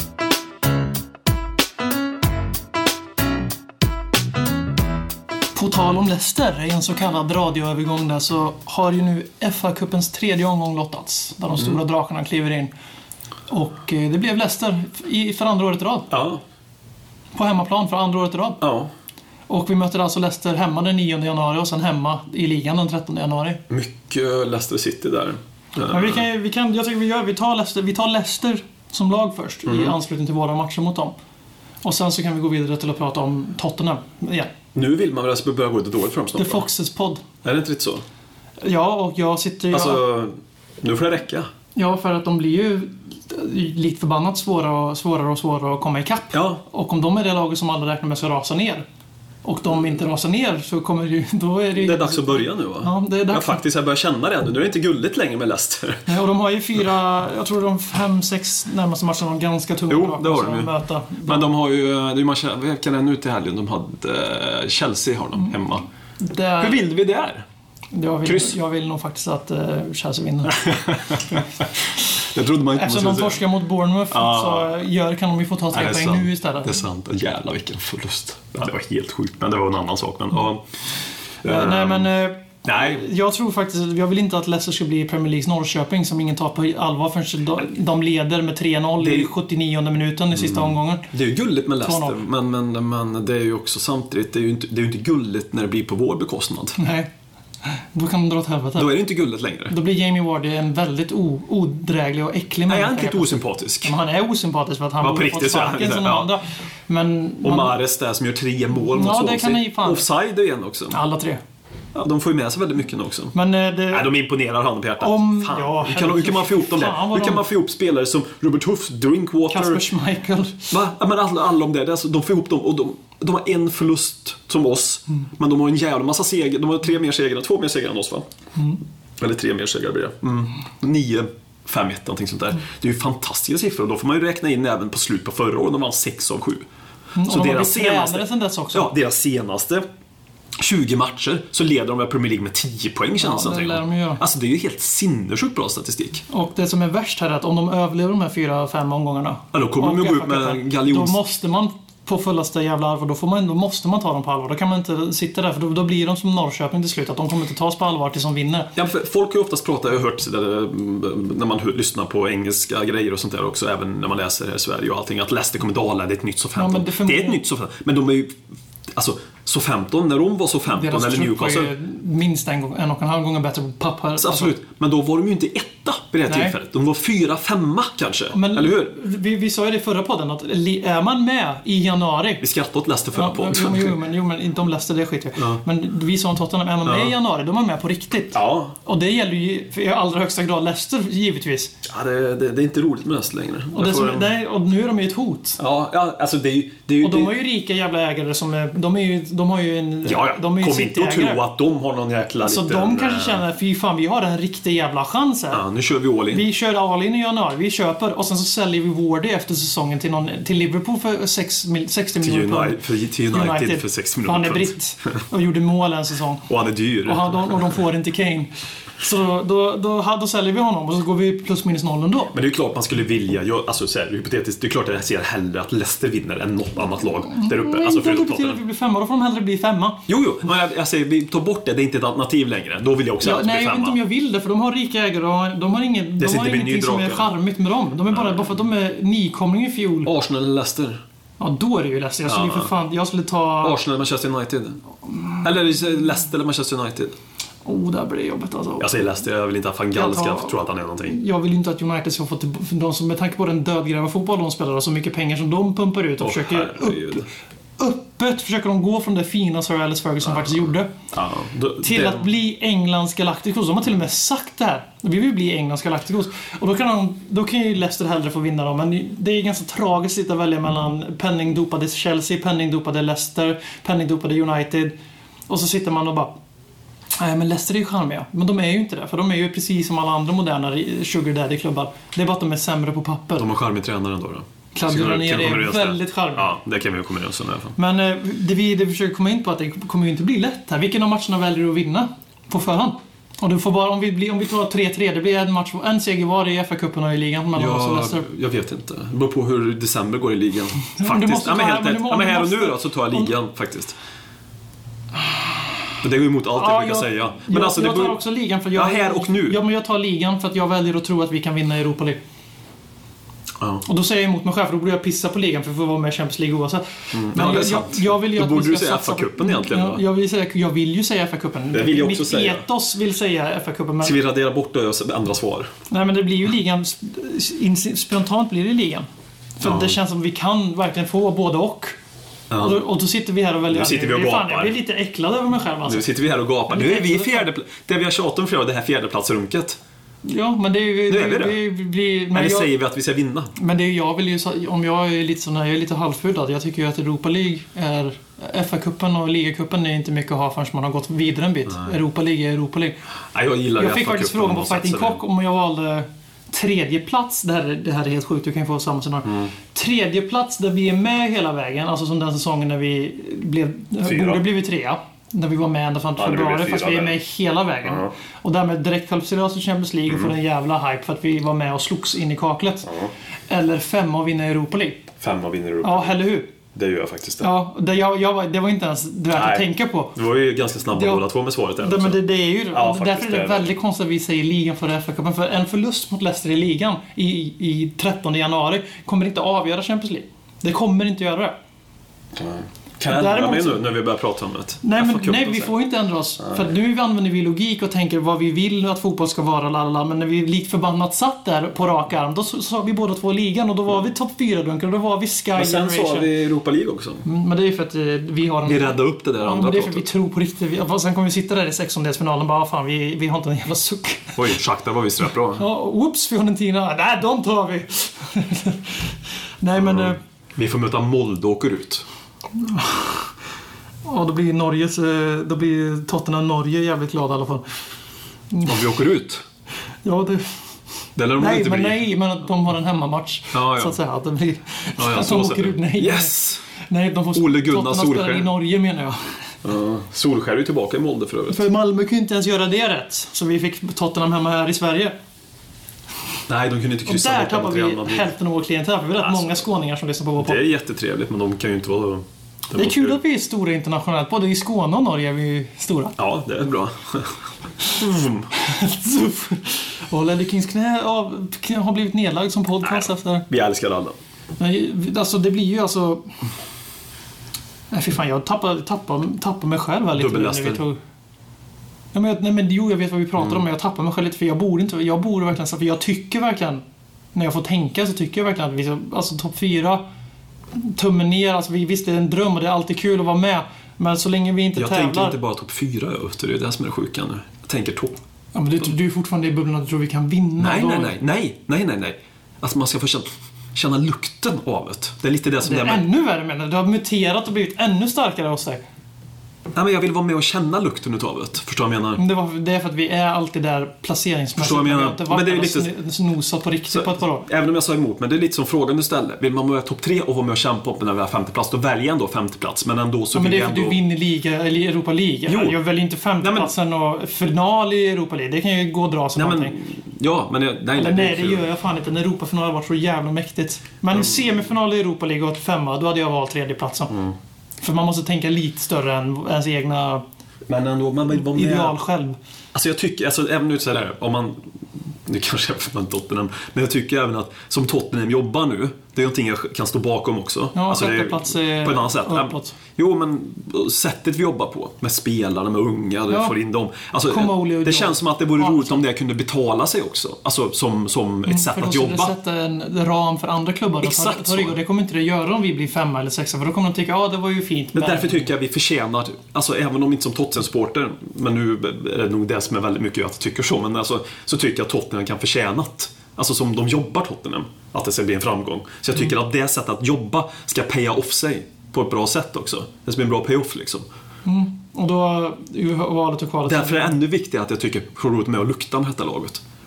På tal om Leicester, i en så kallad radioövergång där, så har ju nu F A-cupens tredje omgång lottats. Där de stora mm. drakarna kliver in. Och eh, det blev Leicester i, för andra året i rad. Ja. På hemmaplan för andra året i rad. Ja. Och vi möter alltså Leicester hemma den nionde januari och sen hemma i ligan den trettonde januari. Mycket Leicester City där. Men vi kan, vi kan, jag tycker vi gör, vi tar Leicester, vi tar Leicester som lag först mm. i anslutning till våra matcher mot dem. Och sen så kan vi gå vidare till att prata om Tottenham igen. Nu vill man väl alltså börja gå lite dåligt för dem snart. The Foxes podd. Är det inte riktigt så? Ja, och jag sitter... Alltså, jag, nu får det räcka. Ja, för att de blir ju lite förbannat svårare och svårare och svårare att komma ikapp. Ja. Och om de är det laget som alla räknar med ska rasa ner, och de inte rasar ner, så kommer det ju... Då är det, det är dags att börja nu, va? Ja, det är dags. Jag faktiskt jag börjar känna det nu. Nu är det inte gulligt längre med Leicester. Ja, och de har ju fyra... Jag tror de fem, sex närmaste matcherna har ganska tunga. Jo, det har de ju. Möta. Men de har ju... Det är ju matcher... Vilka är det nu till helgen? De hade... Chelsea har de mm. hemma. Där, hur vill vi det här? Jag vill, jag vill nog faktiskt att uh, Chelsea vinner. Det trodde man inte. Eftersom de torskar mot Bournemouth ah. så gör, kan de ju få ta tre poäng sant. nu istället. Det är sant. Jävlar vilken förlust. Ja, det var helt sjukt, men det var en annan sak. Men, mm. och, uh, nej, men uh, nej. Jag tror faktiskt, jag vill inte att Leicester ska bli Premier Leagues Norrköping som ingen tar på allvar förrän de leder med tre noll i sjuttionionde minuten i sista mm. omgången. Det är ju gulligt med Leicester, men, men, men det är ju också samtidigt, det är ju inte, det är ju inte gulligt när det blir på vår bekostnad. Nej. Då kan de dra åt helvete. Då är det inte gulligt längre. Då blir Jamie Vardy en väldigt o- odräglig och äcklig människa. Nej, han är inte osympatisk. Men han är osympatisk för att han ja, borde fått sparken som ja. andra. Men och man... Mahrez där som gör tre mål mot ja, det kan ni fan. Offside igen också. Alla tre. Ja, de får ju med sig väldigt mycket nu också. Men det... Nej, de imponerar han på hjärtat. Om... Fan. Ja, hur, kan, hur kan man få ihop dem där? Hur de... kan man få ihop spelare som Robert Huff, Drinkwater... Kasper Schmeichel. Va? Ja, men alla, alla de där, alltså, de får ihop dem och de, de har en förlust som oss. Mm. Men de har en jävla massa segrar. De har tre mer segrar, två mer segrar än oss, va? Mm. Eller tre mer segrar blir det. Mm. Nio, fem, ett, någonting sånt där. Mm. Det är ju fantastiska siffror. Och då får man ju räkna in även på slut på förra året. De var sex av sju. Mm. Så och de deras senaste... sen dess också. Ja, deras senaste... tjugo matcher så leder de med Premier League med tio poäng känns ja, det. De alltså det är ju helt sinnessjukt bra statistik. Och det som är värst här är att om de överlever de här fyra, fem omgångarna, ja, då kommer de ju gå ut med galjons. Då måste man på fullaste jävla allvar, då, får man, då måste man ta dem på allvar. Då kan man inte sitta där, för då, då blir de som Norrköping till slut, att de kommer inte tas på allvar tills de vinner. Ja, för folk har ju oftast pratat, jag har hört där, när man lyssnar på engelska grejer och sånt där också, även när man läser här i Sverige och allting, att Leicester kommer dala, det är ett nytt Southampton. Ja, det, förmod... det är ett nytt Southampton, men de är ju alltså Southampton, när de var Southampton eller Newcastle var minst en, gång, en och en halv gånger bättre på papper. Alltså, absolut, men då var de ju inte etta på det här Nej. tillfället. De var fyra, femma kanske, men, eller hur? Vi, vi sa ju det i förra podden att är man med i januari... Vi skrattade åt Leicester förra ja, podden. Jo, jo, men, jo, men inte om Leicester, det skiter vi. Ja. Men vi sa om Tottenham, är man med ja. i januari, då är man med på riktigt. Ja. Och det gäller ju i allra högsta grad Leicester, givetvis. Ja, det, det, det är inte roligt med Leicester längre. Och, det som, det, och nu är de ju ett hot. Ja, ja alltså det är ju... Det är ju och de det... har ju rika jävla ägare som är... De, är ju, de har ju en... Ja, ja. De är ju kom inte att tro att de har någon jäkla alltså, liten... de kanske känner, fy fan, vi har en riktig jävla chans här. Ja, nu kör vi all in. Vi kör all in i januari, vi köper och sen så säljer vi Wardy efter säsongen till, någon, till Liverpool för sextio miljoner pund. För, till United, United för sex miljoner pund. Han är britt och gjorde mål en säsong. Och han är dyr. Och, han, och de får inte Kane. Så då, då, då, då säljer vi honom och så går vi plus minus noll ändå. Men det är ju klart man skulle vilja, jag, alltså så här, hypotetiskt, det är klart att jag ser hellre att Leicester vinner än något annat lag där uppe. Mm, alltså för det betyder att vi blir femma, då får de hellre bli femma. Jo, jo, men jag, jag säger, vi tar bort det, det är inte ett alternativ längre. Då vill jag också ja, att bli femma. Nej, jag vet inte om jag vill det, för de har rika ägare och de har, inget, de har ingenting som är charmigt med dem. De är bara, bara för att de är nykomling i fjol. Arsenal eller Leicester? Ja, då är det ju Leicester. Jag skulle, ja. för fan, jag skulle ta... Arsenal eller Manchester United? Mm. Eller Leicester eller Manchester United? Oh, där blir det jobbigt alltså. Jag säger Leicester, jag vill inte att Van Gaal ska tro att han är någonting. Jag vill inte att United ska få till, de som med tanke på den dödgräva fotboll de spelar och så mycket pengar som de pumpar ut och oh, försöker upp, öppet försöker de gå från det fina Sir Alex Ferguson ja. faktiskt gjorde ja, då, till det... att bli Englands Galacticos. De har till och med sagt det här. Vi vill bli Englands Galacticos. Och då kan, de, då kan ju Leicester hellre få vinna dem. Men det är ganska tragiskt att välja mellan penningdopade Chelsea, penningdopade Leicester, penningdopade United. Och så sitter man och bara... Nej, men Leicester är ju charmiga. Men de är ju inte det. För de är ju precis som alla andra moderna Sugar Daddy-klubbar. Det är bara att de är sämre på papper. De har charmig tränare ändå då. Claudio Ranieri är väldigt charmig. Ja, det kan vi ju komma in i alla fall. Men eh, det vi det försöker komma in på att det kommer ju inte bli lätt här. Vilken av matcherna väljer du att vinna på förhand? Och du får bara, om vi, blir, om vi tar tre tre, det blir en match, en seger var i F A-cupen och i ligan mellan oss och Leicester. Jag vet inte. Det beror på hur december går i ligan. Faktiskt. Ja, men helt, ja, men här och nu då så tar jag ligan om, faktiskt. Men det går emot allt Ja, jag brukar jag, säga. Men jag, alltså, jag det tar går... också ligan för jag, Ja, här och nu. Ja, men jag tar ligan för att jag väljer att tro att vi kan vinna Europa League. Ja. Och då säger jag emot mig själv, för då borde jag pissa på ligan för att få vara med i Champions League oavsett. Mm. Men Ja, det är jag, jag, sant. jag vill ju Då att borde vi du ska säga satsa F A-cupen egentligen, ja, va? jag, vill säga, jag vill ju säga F A-cupen. Det vill jag också Mitt säga. etos vill säga F A-cupen. Men... Ska vi radera bort det och ändra svar? Nej, men det blir ju ligan. Spontant blir det ligan. För Ja. det känns som vi kan verkligen få både och. Ja. Och, då, och då sitter vi här och väljer. Nu sitter vi och Det är fan, gapar. Jag blir lite äcklad över mig själv alltså. Nu sitter vi här och gapar. Nu är vi i fjärde... Det vi har tjatat om flera, det här fjärdeplatsrunket. Ja, men det är ju... Nu är vi det. det blir, men Eller jag, säger vi att vi ska vinna? men det är jag vill ju... Om jag är lite sån här, jag är lite halvfuddad. Jag tycker ju att Europa League är... F A-cupen och Ligacupen är inte mycket att ha förrän man har gått vidare en bit. Nej. Europa League är Europa League. Nej, jag gillar Jag fick F A-cupen faktiskt frågan på och satsar Fighting det. Cock om jag valde tredje plats. Det här, är- det här är helt sjukt, du kan ju få samma scenario. Mm. Tredje plats där vi är med hela vägen, alltså som den säsongen när vi blev, Fyra. borde blivit trea. När vi var med ända fram till Ja, det blev februari, fast fyra vi är där. med hela vägen. Ja. Och därmed direkt kvalificerade oss till Champions League och får en jävla hype för att vi var med och slogs in i kaklet. Ja. Eller femma och vinna Europa League. Femma vinner Europa. Ja, eller hur? Det gör jag faktiskt det. Ja, det, jag, jag, var- det var inte ens värt att Nej. tänka på. Det var ju ganska snabba Ja. båda två med svaret där Det, men också. det, det är ju Ja, och faktiskt, därför är det det är det. väldigt konstigt att vi säger ligan för F A-cupen. För en förlust mot Leicester i ligan i, i trettonde januari kommer inte avgöra Champions League. Det kommer inte göra det. Kan jag ändra Däremot mig så- nu när vi börjar prata om det? Nej, men, F A-cupen nej vi sen. får inte ändra oss. För att nu använder vi logik och tänker vad vi vill att fotboll ska vara. Lalala, men när vi likt förbannat satt där på rak arm, då så- sa vi båda två ligan och då var vi topp fyra dunkar och då var vi Sky Men sen Generation. sa vi Europa League också. Mm, Men det är för att eh, vi har en... Vi räddade upp det där Ja, andra men det är för att vi pratet. tror på riktigt. Vi, och sen kommer vi sitta där i sextondelsfinalen och bara, fan, vi, vi har inte en jävla suck. Oj, Shakhtar var visst rätt bra. Ja, whoops, Fiorentina. Nej, de tar vi. Nej, men... eh, Vi får möta Molde och åker ut. Ja, då blir Norges... eh, Då blir Tottenham Norge jävligt glada i alla fall. Om vi åker ut. Ja, det... Det lär de Nej, inte men bli. nej, men att de har en hemmamatch. Ja, ja. Så att säga. Att det blir... Ja, ja, att så de ser åker det. ut. Nej, Yes! nej, de får... Ole Gunnar Tottenham spelar Solskär. i Norge, menar jag. Ja. Solskär är ju tillbaka i Molde för övrigt. För Malmö kunde inte ens göra det rätt. Så vi fick Tottenham hemma här i Sverige. Nej, de kunde inte Och kryssa där bort tappar mot vi Real Madrid. hälften av vår klientell. För vi har rätt Alltså, många skåningar som lyssnar på vår Det är podd. jättetrevligt, men de kan ju inte vara... Det är kul att vi är stora internationellt. Både i Skåne och Norge är vi stora. Ja, det är bra. Och Ledley Kings knä av, har blivit nedlagd som podcast efter... Vi älskar alla. Nej, alltså det blir ju alltså... Nej, fy fan, jag tappar, tappar, tappar mig själv här lite nu när vi Dubbelläster. tog... Ja, men, jag- nej, men jo, jag vet vad vi pratar Mm. om, men jag tappar mig själv lite för jag borde inte... Jag borde verkligen... För jag tycker verkligen... När jag får tänka så tycker jag verkligen att vi ska... Alltså topp fyra... Tummen ner, alltså vi, visst det är en dröm och det är alltid kul att vara med. Men så länge vi inte Jag tävlar... tänker inte bara topp fyra, det är det som är det sjuka nu. Jag tänker topp. Ja, men du, du är fortfarande i bubblan att du tror vi kan vinna. Nej, Då- nej, nej, nej, nej, nej, nej. Alltså man ska få känna, känna lukten av det. Det är lite det som Det är det är med... ännu värre menar du. Du har muterat och blivit ännu starkare hos dig. Nej, men jag vill vara med och känna lukten utav det. Förstår du vad jag menar? Men Det, var, det är för att vi är alltid där placeringsmässigt. Förstår vad jag men vi menar? har inte Men varit det är där lite- och sn- snosat på riktigt Så, på ett par år. även om jag sa emot, men det är lite som frågan du ställer. Vill man vara topp tre och vara med och kämpa upp när vi har femte plats, då väljer jag ändå femte plats. Men ändå så Ja, men vill det är jag för att ändå... du vinner liga, eller Europa League. Jo. Jag väljer inte femteplatsen och final i Europa League. Det kan ju gå och dra som Nej, men... någonting. Ja, men... jag- Nej, Eller är nej, det kul. gör jag fan inte. En Europafinal har varit så jävla mäktigt. Men semifinal i Europa League och ett femma, då hade jag valt tredjeplatsen. Mm. För man måste tänka lite större än ens egna Men ändå, man vill vara med... ideal själv. Alltså jag tycker, alltså även ut så där, om man... Nu kanske jag är Tottenham, men jag tycker även att som Tottenham jobbar nu, det är någonting jag kan stå bakom också. Ja, alltså, det är- sjätteplats är på ett annat sätt. uppåt. Jo, men sättet vi jobbar på, med spelarna, med unga, Ja. får in dem. Alltså, Komoli och det Joe. känns som att det vore Ja, roligt alltså. om det kunde betala sig också. Alltså som, som ett sätt För då att skulle det jobba. sätta en ram för andra klubbar. Exakt att ta- ta rygg. så. Och det kommer inte det göra om vi blir femma eller sexa. För då kommer de tycka, ja det var ju fint. Men därför tycker jag vi förtjänar, alltså även om inte som Tottenham-supporter, men nu är det nog det som är väldigt mycket att jag tycker så, men alltså, så tycker jag att Tottenham kan förtjänat, alltså som de jobbar Tottenham, att det ska bli en framgång. Så jag tycker Mm. att det sättet att jobba ska paya off sig på ett bra sätt också. Det ska bli en bra payoff liksom. Och då är ju valet och kvalet. Därför är det ännu viktigare att jag tycker det är roligt med att lukta med detta laget.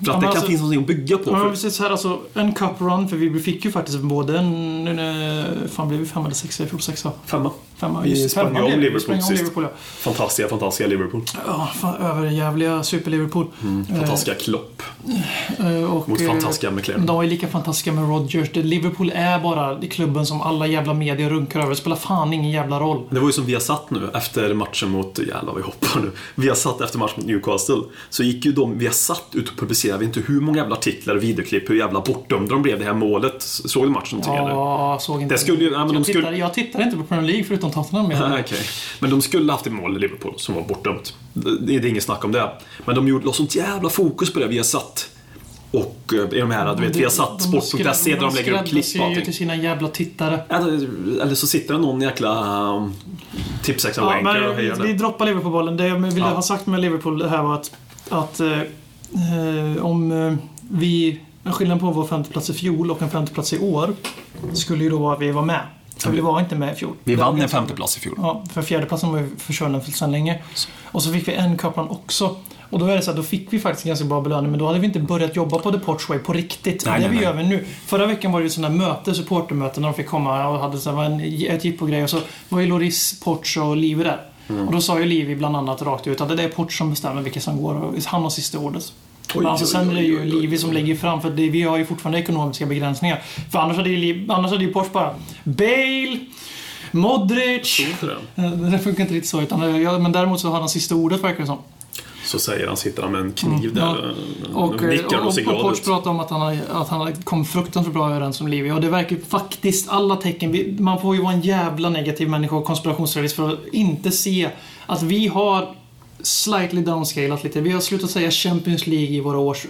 För att det kan alltså, finnas någonting att bygga på. Ja, precis här, alltså, en cup run, för vi fick ju faktiskt både en, en, en fan blev vi fem eller sex, jag tror sex, femma. Femma, just, just femma. Liverpool, Liverpool, om Liverpool, ja. Fantastiska, fantastiska Liverpool. Ja, fan, överjävliga super Liverpool. Mm, fantastiska Klopp. Uh, och, mot fantastiska McLaren. De är lika fantastiska med Rodgers. Liverpool är bara klubben som alla jävla medier runkar över. Det spelar fan ingen jävla roll. Det var ju som vi har satt nu efter matchen mot, jävlar vi hoppar nu. Vi har satt efter matchen mot Newcastle. Så gick ju de, vi har satt ut och publicerade inte hur många jävla artiklar och videoklipp, hur jävla bortdömda de blev det här målet. Såg du matchen? Ja, såg inte. Det skulle, ja, men jag, de skulle... tittar, jag tittar inte på Premier League förutom Tottenham. Ah, okay. Men de skulle haft ett mål i Liverpool som var bortdömt. Det, det är inget snack om det. Men de gjorde sånt jävla fokus på det vi har satt. Och i de här, du vet, vi har satt sport punkt se där de lägger upp klipp och allting. Till sina jävla tittare. Eller, eller så sitter det någon jäkla um, tipsexan ja, wanker och hejar. Vi droppar Liverpool-bollen. Det jag ville ja. ha sagt med Liverpool det här var att, att eh, om eh, vi, en skillnad på vår femteplats i fjol och en femteplats i år skulle ju då vara att vi var med. För vi var inte med i fjol. Vi vann en femteplats i fjol. Ja, för fjärdeplatsen var ju försvunnen för sedan länge. Och så fick vi en cup run också. Och då är det så här, då fick vi faktiskt ganska bra belöning, men då hade vi inte börjat jobba på The Porch Way på riktigt. Nej, det nej, vi gör vi nu. Förra veckan var det ju sådana möte, supportermöten, när de fick komma och hade så här, en, ett jippogrej. Och så var ju Loris, Porch och Livi där. Mm. Och då sa ju Livi bland annat rakt ut att det är Porch som bestämmer vilka som går, och han har sista ordet. Oj, alltså, sen är det ju Livi som lägger fram, för det, vi har ju fortfarande ekonomiska begränsningar. För annars hade ju, annars hade ju Porch bara Bale, Modric. Det. det funkar inte riktigt så, utan, ja, men däremot så har han sista ordet, verkar det som. Så säger han, sitter han med en kniv mm, där ja. och, och, nickar och, och, och, och Porch pratar om att han har, att han har kommit fruktansvärt bra överens som Livi. Och det verkar faktiskt alla tecken. Man får ju vara en jävla negativ människa och konspirationsrealist för att inte se att vi har slightly downscalat lite. Vi har slutat säga Champions League i våra års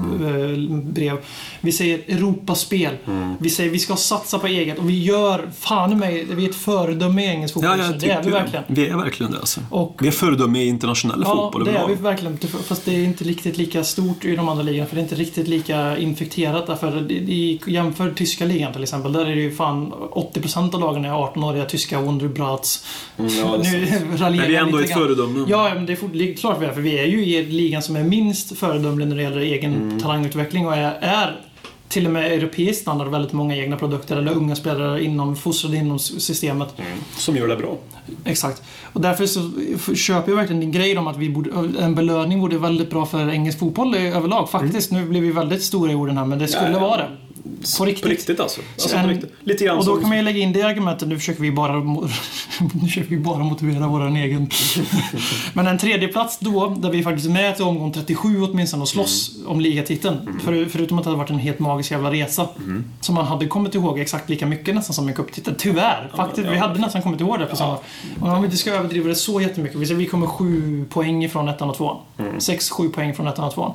mm. brev. Vi säger Europaspel. Mm. Vi säger vi ska satsa på eget. Och vi gör, fan mig, vi är ett föredöme i engelsk fotboll. Ja, det är vi verkligen. Vi är verkligen det alltså. Och, vi är föredöme i internationella ja, fotboll. Ja, det är vi verkligen. Fast det är inte riktigt lika stort i de andra ligorna. För det är inte riktigt lika infekterat. Därför i jämför tyska ligan till exempel. Där är det ju fan åttio procent av lagen är arton-åriga tyska Wunderbrats. Mm, ja, nu men vi är ändå ett föredöme. Ja, men det är Det är klart vi är, för vi är ju i ligan som är minst föredömlig när det gäller egen mm. talangutveckling och är, är till och med europeisk standard väldigt många egna produkter eller unga spelare inom, fostrade inom systemet. Mm. Som gör det bra. Exakt. Och därför så köper jag verkligen din grej om att vi borde, en belöning vore väldigt bra för engelsk fotboll överlag. Faktiskt, mm. nu blir vi väldigt stora i orden här, men det skulle ja, ja. vara det. På riktigt. På riktigt alltså. alltså en, på riktigt. Lite grann och då som... kan man ju lägga in det argumentet. Nu försöker vi bara nu försöker vi bara motivera våran egen. Men en tredje plats då, där vi faktiskt är med till omgång trettiosju åtminstone och slåss mm. om ligatiteln. Mm. För, förutom att det hade varit en helt magisk jävla resa. Mm. Som man hade kommit ihåg exakt lika mycket nästan som en cuptitel. Tyvärr. Ja, faktiskt, ja. Vi hade nästan kommit ihåg det på samma. Och om vi inte ska överdriva det så jättemycket. Vi, vi kommer sju poäng från ettan och tvåan. Mm. Sex, sju poäng från ettan och tvåan.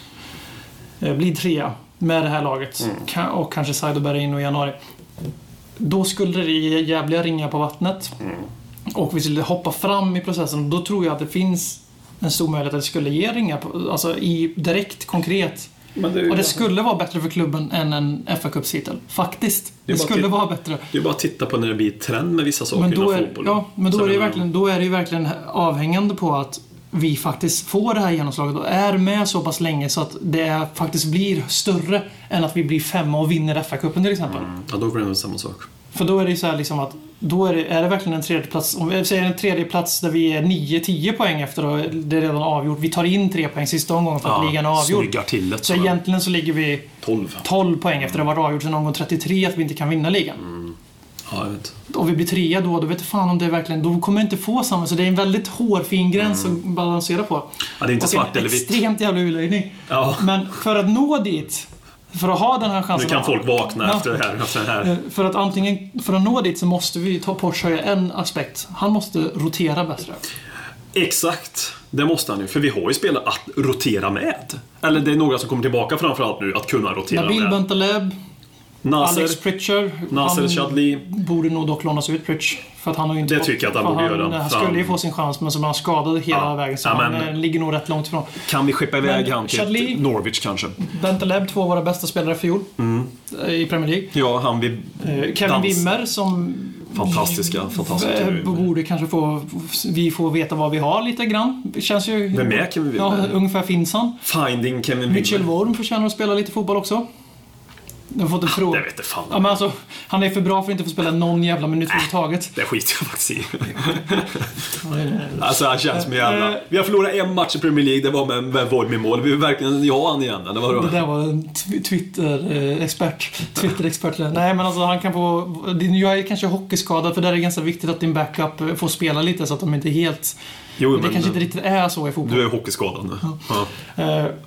Blir trea med det här laget mm. och kanske Seidoberg in i januari. Då skulle det jävliga ringa på vattnet mm. och vi skulle hoppa fram i processen. Då tror jag att det finns en stor möjlighet att det skulle ge ringa på, alltså i direkt konkret. Men det och det skulle vara bättre för klubben än en F A-cupstitel. Faktiskt. Det, det skulle vara bättre. Det är bara att titta på när det blir trend med vissa saker inom fotboll. Ja, men då är, det verkligen, då är det ju verkligen avhängande på att vi faktiskt får det här genomslaget och är med så pass länge så att det faktiskt blir större än att vi blir femma och vinner F A-cupen till exempel. Mm. Ja, då blir det samma sak. För då är det ju så här liksom att då är det, är det verkligen en tredje plats. Om vi säger en tredje plats där vi är nio tio poäng efter och det är redan avgjort. Vi tar in tre poäng sista omgången för att ja, ligan är avgjord. Till det, så så egentligen så ligger vi tolv, tolv poäng efter att ha varit avgjort sen omgång trettiotre att vi inte kan vinna ligan. Mm. Ja, jag vet. Och vi blir trea då, då vet jag fan om det är verkligen, då kommer jag inte få samma, så det är en väldigt hårfin gräns mm. att balansera på. Ja, det är inte och svart eller vitt. Extremt jävla urlöjning. Ja. Men för att nå dit, för att ha den här chansen. Nu kan folk vakna ja. efter det här, efter det här. För att antingen, för att nå dit så måste vi ta Porch höja en aspekt. Han måste rotera bättre. Exakt, det måste han ju. För vi har ju spelare att rotera med. Eller det är några som kommer tillbaka framförallt nu att kunna rotera Nabil med. Nabil Bentaleb. Nasser, Alex Pritchard. Nasser Chadli. Borde nog dock lånas ut Pritch. För att han har ju inte det fått, tycker jag att han borde han, göra. Han skulle ju få sin chans, men så var han skadad hela ja. vägen. Så ja, han men, ligger nog rätt långt ifrån. Kan vi skippa iväg han till Chadli, Norwich kanske? Bentaleb, två av våra bästa spelare för fjol. Mm. I Premier League. Ja, han vi Kevin dans. Wimmer som fantastiska, fantastiska Vi borde kanske få, vi får veta vad vi har lite grann. Det känns ju... Vem är Kevin Wimmer? Ja, ungefär finns han. Finding Kevin Wimmer. Mitchell Worm förtjänar att spela lite fotboll också. Jag har fått en fråga. Det vet jag fan. Ja, men alltså, han är för bra för att inte få spela någon jävla minut överhuvudtaget. Det skiter jag faktiskt i. Alltså han känns som jävla. Vi har förlorat en match i Premier League. Det var med, med Worm i mål. Vi vill verkligen ja han igen. Eller vad det där var en Twitter-expert. Twitter-expert. Nej men alltså han kan få. Jag är kanske hockeyskadad för det är ganska viktigt att din backup får spela lite så att de inte är helt. Jo, men det men, kanske inte riktigt är så i fotboll. Du är hockeyskadad nu. Ja. Ja. Uh,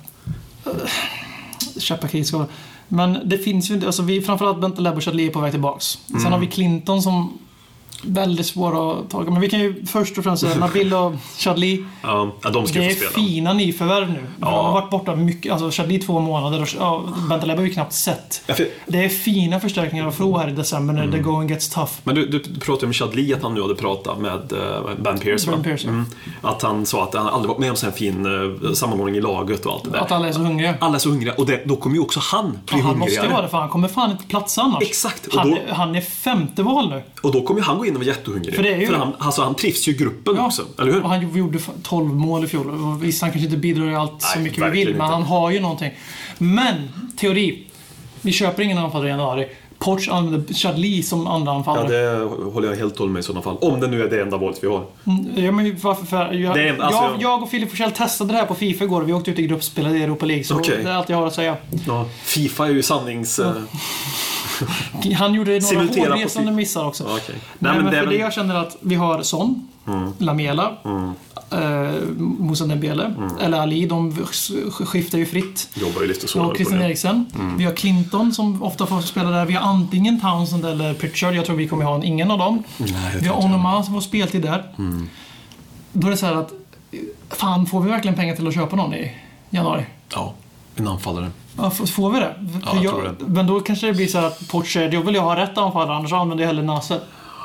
Käppakriskadad. Men det finns ju inte, alltså vi, framförallt Bentaleb och Chadli är på väg tillbaks. Mm. Sen har vi Clinton som väldigt svåra att ta. Men vi kan ju först och främst säga Nabil och Chadli. Ja, de ska det är spela. Fina nyförvärv nu. Ja. De har varit borta mycket, alltså Chadli två månader och ja, Bentaleb har vi knappt sett. Ja, för... Det är fina förstärkningar att få här i december när mm. the going gets tough. Men du, du, du pratade om Chadli att han nu hade pratat med uh, Ben Pearce, Ben Pearce mm. Att han sa att han aldrig varit med om så här fin uh, sammanhållning i laget och allt det där. Att alla är så hungriga. Alla är så hungriga och det, då kommer ju också han bli ja, han hungrigare. Han måste vara det för han kommer fan inte platsa annars. Exakt. Och han, då... han är femte val nu. Och då kommer ju han gå in och vara jättehungrig. För, det är ju... för han, alltså, han trivs ju i gruppen ja. också, eller hur? Och han gjorde tolv mål i fjol. Visst, han kanske inte bidrar i allt Nej, så mycket vi vill, men inte. Han har ju någonting. Men, teori. Vi köper ingen anfallare i januari. Porch använder Chadli som andra anfallare. Ja, det håller jag helt håll med i sådana fall. Om det nu är det enda valet vi har. Mm, ja, men varför för, jag, det är, alltså, jag, jag och Filip Forsell testade det här på FIFA igår. Vi åkte ut i gruppspel i Europa League. Så okay. Det är allt jag har att säga. Ja, FIFA är ju sannings... Ja. Han gjorde några hårresande missar också. Okay. Nej, Nej, men, men för väl... det jag känner att vi har Son, mm. Lamela, mm. eh, Moussa Dembele, mm. eller Ali, de skiftar ju fritt. Jobbar ju lite så. Och Christian Eriksen. Mm. Vi har Clinton som ofta får spela där. Vi har antingen Townsend eller Pritchard. Jag tror vi kommer ha ingen av dem. Nej, vi har Onoma som får speltid där. Mm. Då är det så här att fan, får vi verkligen pengar till att köpa någon i januari? Ja, en anfallare. Ja, får vi det? Ja, jag jag, det? Men då kanske det blir så att Porsche, jag vill ju ha rätt anfallare, annars använder jag hellre Nasser.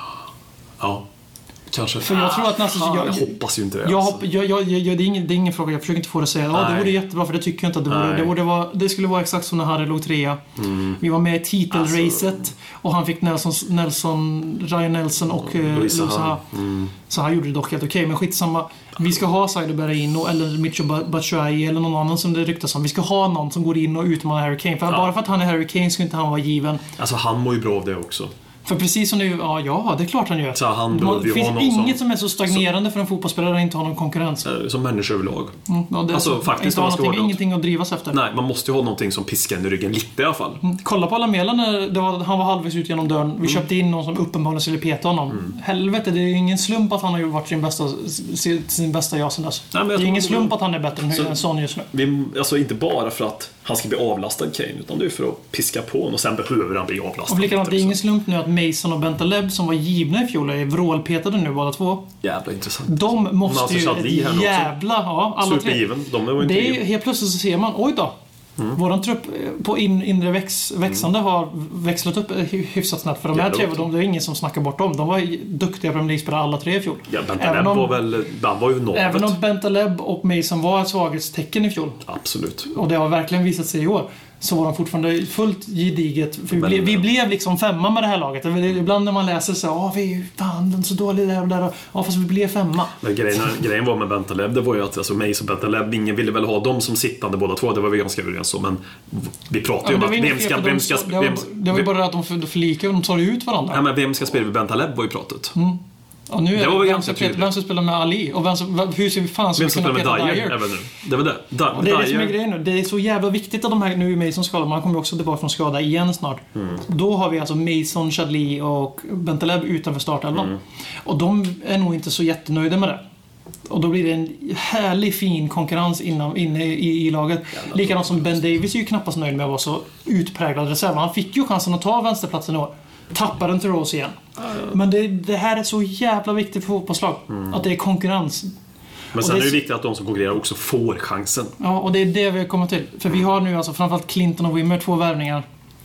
Ja, kanske. För jag tror att Nasser... Ah, jag, jag hoppas ju inte det. Jag, hopp, jag, jag, jag, det, är ingen, det är ingen fråga, jag försöker inte få det att säga. Ja, det vore jättebra, för det tycker jag inte att det vore. Det, borde vara, det skulle vara exakt som när Harry låg trea. Mm. Vi var med i titelracet alltså, och han fick Nelson, Nelson, Ryan Nelson och mm, Luis Zaha. Mm. Så han gjorde det dock helt okej, okay, men skitsamma. Vi ska ha Saido Berahino eller Micho Batshuayi eller någon annan som det ryktas om. Vi ska ha någon som går in och utmanar Harry Kane. För ja. Bara för att han är Harry Kane ska inte han vara given. Alltså han mår ju bra av det också. För precis som nu, ja, ja det är klart han gör. Så han det finns inget som, som är så stagnerande så, för en fotbollsspelare att inte ha någon konkurrens. Som människa överlag. Mm, ja, det alltså, faktiskt inte ha ingenting att drivas efter. Nej, man måste ju ha någonting som piskar i ryggen lite i alla fall. Mm, kolla på Lamela när det var, han var halvvägs ut genom dörren. Vi mm. köpte in någon som uppenbarligen skulle peta honom. Mm. Helvete, det är ingen slump att han har varit sin bästa, sin bästa jag sen dess. Nej, men det är ingen slump att han är bättre än så, en sån just nu. Vi, alltså inte bara för att han ska bli avlastad Kane, utan det är för att piska på honom och sen behöver han bli avlastad. Och likadant, det är ingen slump nu att Mason och Bentaleb som var givna i fjol är vrålpetade nu båda två. Jävla intressant. De måste ju ett jävla, ja, alla tre. De är det är helt plötsligt så ser man, oj då. Mm. Våran trupp på in, inre väx, växande mm. har växlat upp hyfsat snabbt. För de här tre, de, det är ingen som snackar bort dem. De var duktiga Premier League-spelare alla tre i fjol. Ja, Bentaleb var väl, han var ju navet. Även om Bentaleb och Mason var ett svaghetstecken i fjol. Absolut. Och det har verkligen visat sig i år. Så var de fortfarande fullt gediget. För vi, men, ble, vi blev liksom femma med det här laget. Ibland när man läser så ja vi är fan så dåliga där och där. Ja, fast vi blev femma. Men grejen, grejen var med Bentaleb, det var ju att alltså, Mace och Bentaleb, ingen ville väl ha dem som sittande båda två. Det var vi ganska överens om. Men vi pratade ju ja, om att vem ska... Vem ska, det var, det var ju bara att de förlikade och de tar ut varandra. Ja, men vem ska spela med Bentaleb var ju pratet. Mm. Och nu är det var det vem som, vem som spelar med Ali och vem som, hur ser vi fan som spelar med Dyer, Dyer. Även nu. Det var det. Da, och det är det som är grejen nu. Det är så jävla viktigt att de här nu är Mason skadade. Man kommer också tillbaka från skada igen snart. Mm. Då har vi alltså Mason, Chadli och Bentaleb utanför startelvan. Mm. Och de är nog inte så jättenöjda med det. Och då blir det en härlig fin konkurrens inom, inne i, i laget. Likadant som Ben Davies är ju knappast nöjd med att vara så utpräglad reserv. Han fick ju chansen att ta vänsterplatsen i år. Tappar den till Rose igen. Men det, det här är så jävla viktigt för fotbollslag. Mm. Att det är konkurrens. Men sen det är det viktigt att de som konkurrerar också får chansen. Ja, och det är det vi kommer till. För vi har nu alltså framförallt Clinton och Wimmer, två värvningar.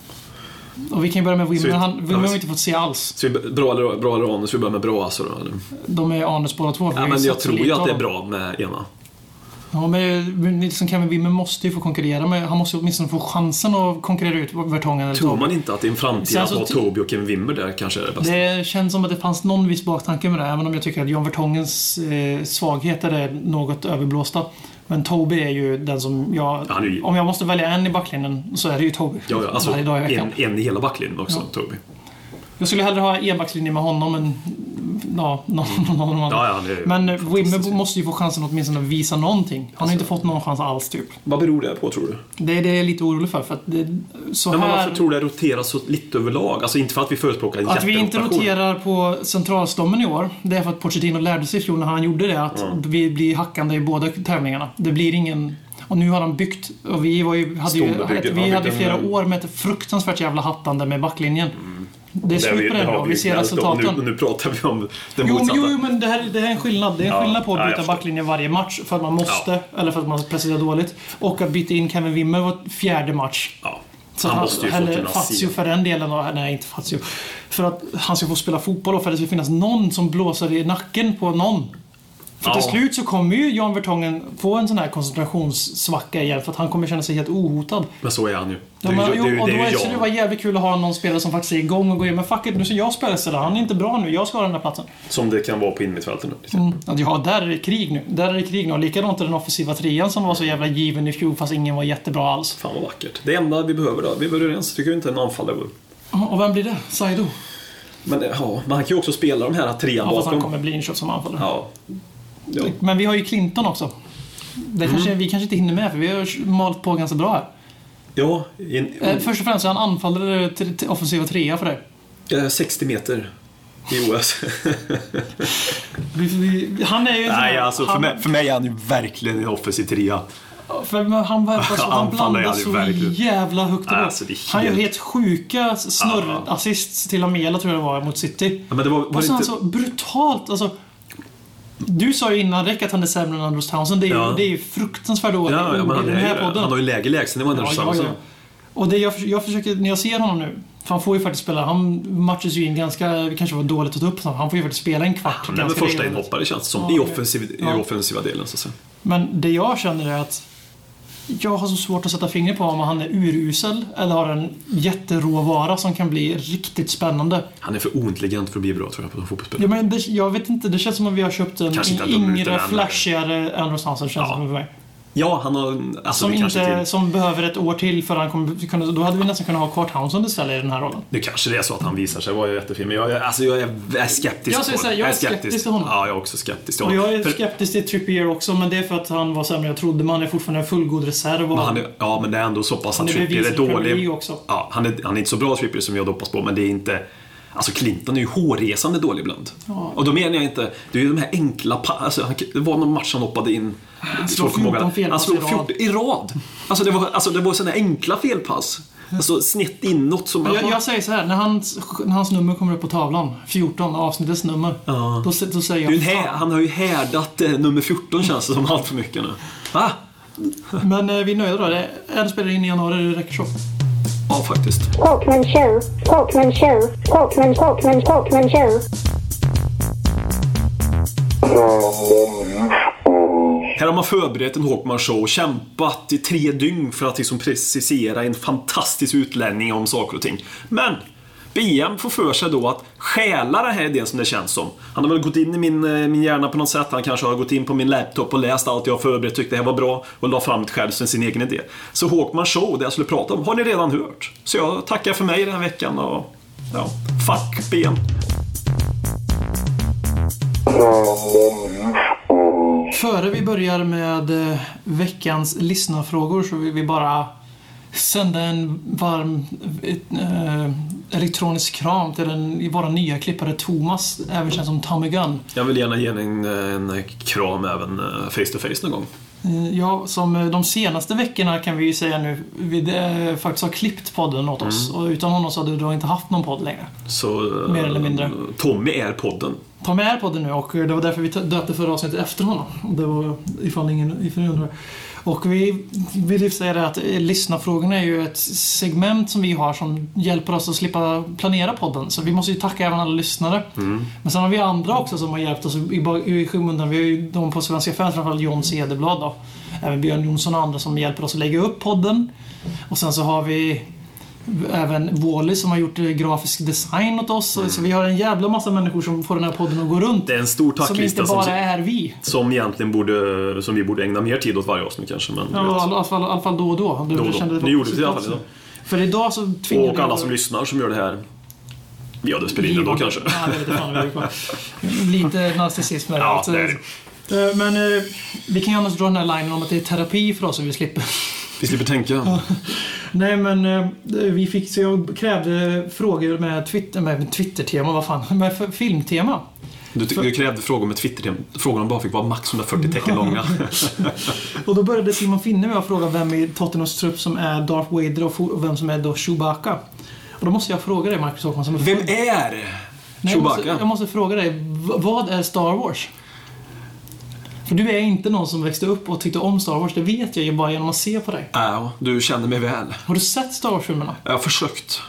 Och vi kan börja med Wimmer. Han, Wimmer har inte fått se alls. Så vi, bra eller bra eller Arnes, vi börjar med bra alltså då, eller? De är Arnes båda två. Ja, men jag tror ju att det är bra med ena. Ja, men liksom Kevin Wimmer måste ju få konkurrera med, han måste ju åtminstone få chansen att konkurrera ut Vertongen eller Tror man inte att det är en framtid att ha t- Toby och Kevin Wimmer där kanske är det bästa? Det känns som att det fanns någon viss baktanke med det, även om jag tycker att John Vertongens eh, svagheter är något överblåsta. Men Toby är ju den som jag... Ja, ju... Om jag måste välja en i backlinjen så är det ju Toby. Ja, ja alltså dag i en, en i hela backlinjen också, ja. Toby. Jag skulle hellre ha e-backslinje med honom än ja, någon, någon annan. Ja, ja, men Wimmer måste ju få chansen att åtminstone visa någonting. Han har alltså, inte fått någon chans alls typ. Vad beror det på, tror du? Det är det jag är lite orolig för, för att det, så men här... varför tror du det roterar så lite överlag? Alltså inte för att vi förespråkar en Att vi inte roterar på centralstommen i år, det är för att Pochettino lärde sig i fjol när han gjorde det att mm. vi blir hackande i båda tävlingarna. Det blir ingen... Och nu har han byggt, och vi, var ju, hade ju ett, vi hade flera år med ett fruktansvärt jävla hattande med backlinjen. Mm. Det är slut på det nu, vi ser resultaten. Nu, nu pratar vi om det jo, motsatta. Jo, jo, men det här, det här är en skillnad. Det är en ja, skillnad på att byta ja, backlinjen varje match för att man måste, ja. Eller för att man presterar dåligt. Och att byta in Kevin Wimmer var fjärde match. Ja. Så han han, måste ju eller få kunna Fazio se. för den delen. Nej, inte Fazio. För att han ska få spela fotboll och för att det ska finnas någon som blåser i nacken på någon. För till ja. slut så kommer ju John Vertongen få en sån här koncentrationssvacka igen för att han kommer känna sig helt ohotad. Men så är han ju. Ja, men, jo, och då är det, så det var jävligt kul att ha någon spelare som faktiskt är igång och går in. Men fuck it, nu så jag spelar så där. Han är inte bra nu, jag ska ha den där platsen. Som det kan vara på innermittfältet nu. Mm. Ja, där är det krig nu. Där är det krig nu. Och likadant är den offensiva trean som var så jävla given i fjol fast ingen var jättebra alls. Fan vad vackert. Det enda vi behöver då. Vi behöver överens. Tycker du inte en anfallare? Och vem blir det? Saido? Men ja, man kan ju också spela de här trean bakom. Ja, fast han kommer bli inköpt som anfallare. Ja. Ja. Men vi har ju Clinton också. Det kanske, mm. Vi kanske inte hinner med för vi har malt på ganska bra här. Ja. In, in, Först och främst är han anfallare till, till offensiva trea för dig. sextio meter i O S. vi, vi, han är ju... Nej, alltså han, för, mig, för mig är han ju verkligen en offensiv trea. För han, alltså, han blandar så verkligen. jävla högt alltså, helt... Han gör helt sjuka snurrassists till Lamela tror jag det var mot City. Ja, men det var, var och så inte... så brutalt alltså. Du sa ju innan Räck att han är sämre än Andros Townsend. Det är, ja. det är ju fruktansvärt ord ja, ja, i den här podden. Han har ju lägre lägsen än Andros ja, Townsend. Ja, ja. Och det jag, jag försöker, när jag ser honom nu, för han får ju faktiskt spela, han matchas ju in ganska, kanske var dåligt att ta upp, han får ju faktiskt spela en kvart. Han är väl första inhoppare känns som, ja, i, offensiv, ja. i offensiva delen så att säga. Men det jag känner är att jag har så svårt att sätta fingret på om han är urusel eller har en jätteråvara som kan bli riktigt spännande. Han är för ointelligent för att bli bra tror jag på fotbollsspelare. Ja, men det, jag vet inte, det känns som att vi har köpt en yngre, flashigare Andros Townsend känns ja. som för mig. Ja, han har... Alltså, som, inte, till... som behöver ett år till för han kommer kunna, då hade vi nästan kunnat ha Court Townsend istället i den här rollen. Det kanske det är så att han visar sig vara jättefin, men jag, alltså, jag är skeptisk jag, på säga, jag är skeptisk, skeptisk till honom. Ja, jag är också skeptisk till honom. Och jag är för... skeptisk till Trippier också, men det är för att han var sämre jag trodde. Man är fortfarande en fullgod reserv. Men han är, ja, men det är ändå så pass att Trippier är dålig. Också. Ja, han, är, han är inte så bra Trippier som jag hoppas på, men det är inte... Alltså Clinton är ju hårresande dålig ibland. Ja. Och då menar jag inte, det är ju de här enkla pa- alltså, det var någon match han hoppade in. Han slog fjorton felpass i rad. i rad. Alltså det var, alltså, det var sådana enkla felpass. Alltså snett inåt som jag, jag säger så här, när hans, när hans nummer kommer upp på tavlan, fjorton, avsnittets nummer. Ja. Då, då säger jag här, han har ju härdat eh, nummer fjorton känns det som allt för mycket nu. Va? Men eh, vi är nöjda då. Det är en spelare in i januari, det räcker så. Ja, faktiskt. Talkman show, Talkman show, Talkman, Talkman, Talkman show. Här har man förberett en Hawkman show och kämpat i tre dygn för att liksom precisera en fantastisk utlänning om saker och ting. Men B M får för sig då att stjäla den här idén som det känns som. Han har väl gått in i min, min hjärna på något sätt. Han kanske har gått in på min laptop och läst allt jag har förberett, tyckte det här var bra och la fram ett själv som sin egen idé. Så Hawkman show, det jag skulle prata om, har ni redan hört. Så jag tackar för mig den här veckan och ja, fuck B M. Före vi börjar med veckans lyssnarfrågor så vill vi bara sända en varm eh, elektronisk kram till den, våra nya klippare Thomas, även känd som Tommy Gunn. Jag vill gärna ge en, en kram även face to face någon gång. Ja, som de senaste veckorna kan vi ju säga nu, vi eh, faktiskt har klippt podden åt oss. Mm. Och utan honom så hade du inte haft någon podd längre. Så mer eller mindre. Tommy är podden. Tommy är podden nu och det var därför vi döpte förra avsnittet efter honom. Det var ifall ingen ifall undrar. Och vi vill säga det att lyssnarfrågorna är ju ett segment som vi har som hjälper oss att slippa planera podden. Så vi måste ju tacka även alla lyssnare. Mm. Men sen har vi andra också som har hjälpt oss i, i skymundan. Vi har ju de på Svenska fans, framförallt John Cederblad då. Även Björn Jonsson och andra som hjälper oss att lägga upp podden. Och sen så har vi även Wally som har gjort grafisk design åt oss. Mm. Så vi har en jävla massa människor som får den här podden att gå runt. Det är en stor tacklista som inte bara som, är vi. Som egentligen borde, som vi borde ägna mer tid åt varje avsnitt kanske. Men ja, i alla fall, i alla fall då och då. Du, då, och då. Ni gjorde det i alla fall idag. För idag så tvingade och alla som lyssnar som gör det här. Vi hade spelat in då kanske. Ja, det vet jag fan, det är lite narcissism med ja, det. Det. Men eh, vi kan ju annars dra den här linjen om att det är terapi för oss och vi slipper. Vi slipper tänka. Nej, men eh, vi fick, så jag krävde frågor med Twitter, med Twitter-tema, vad fan, med filmtema. Du, för... du krävde frågor med Twitter-tema. Frågorna bara fick vara max hundrafyrtio tecken långa. Och då började Simon Finne med att fråga vem i Tottenhams trupp som är Darth Vader och vem som är då Chewbacca. Och då måste jag fråga dig, Marcus Håkansson. Vem är Nej, Chewbacca? Jag måste, jag måste fråga dig, vad är Star Wars? För du är inte någon som växte upp och tyckte om Star Wars. Det vet jag ju bara genom att se på dig. Ja, du känner mig väl. Har du sett Star Wars-filmerna? Jag har försökt.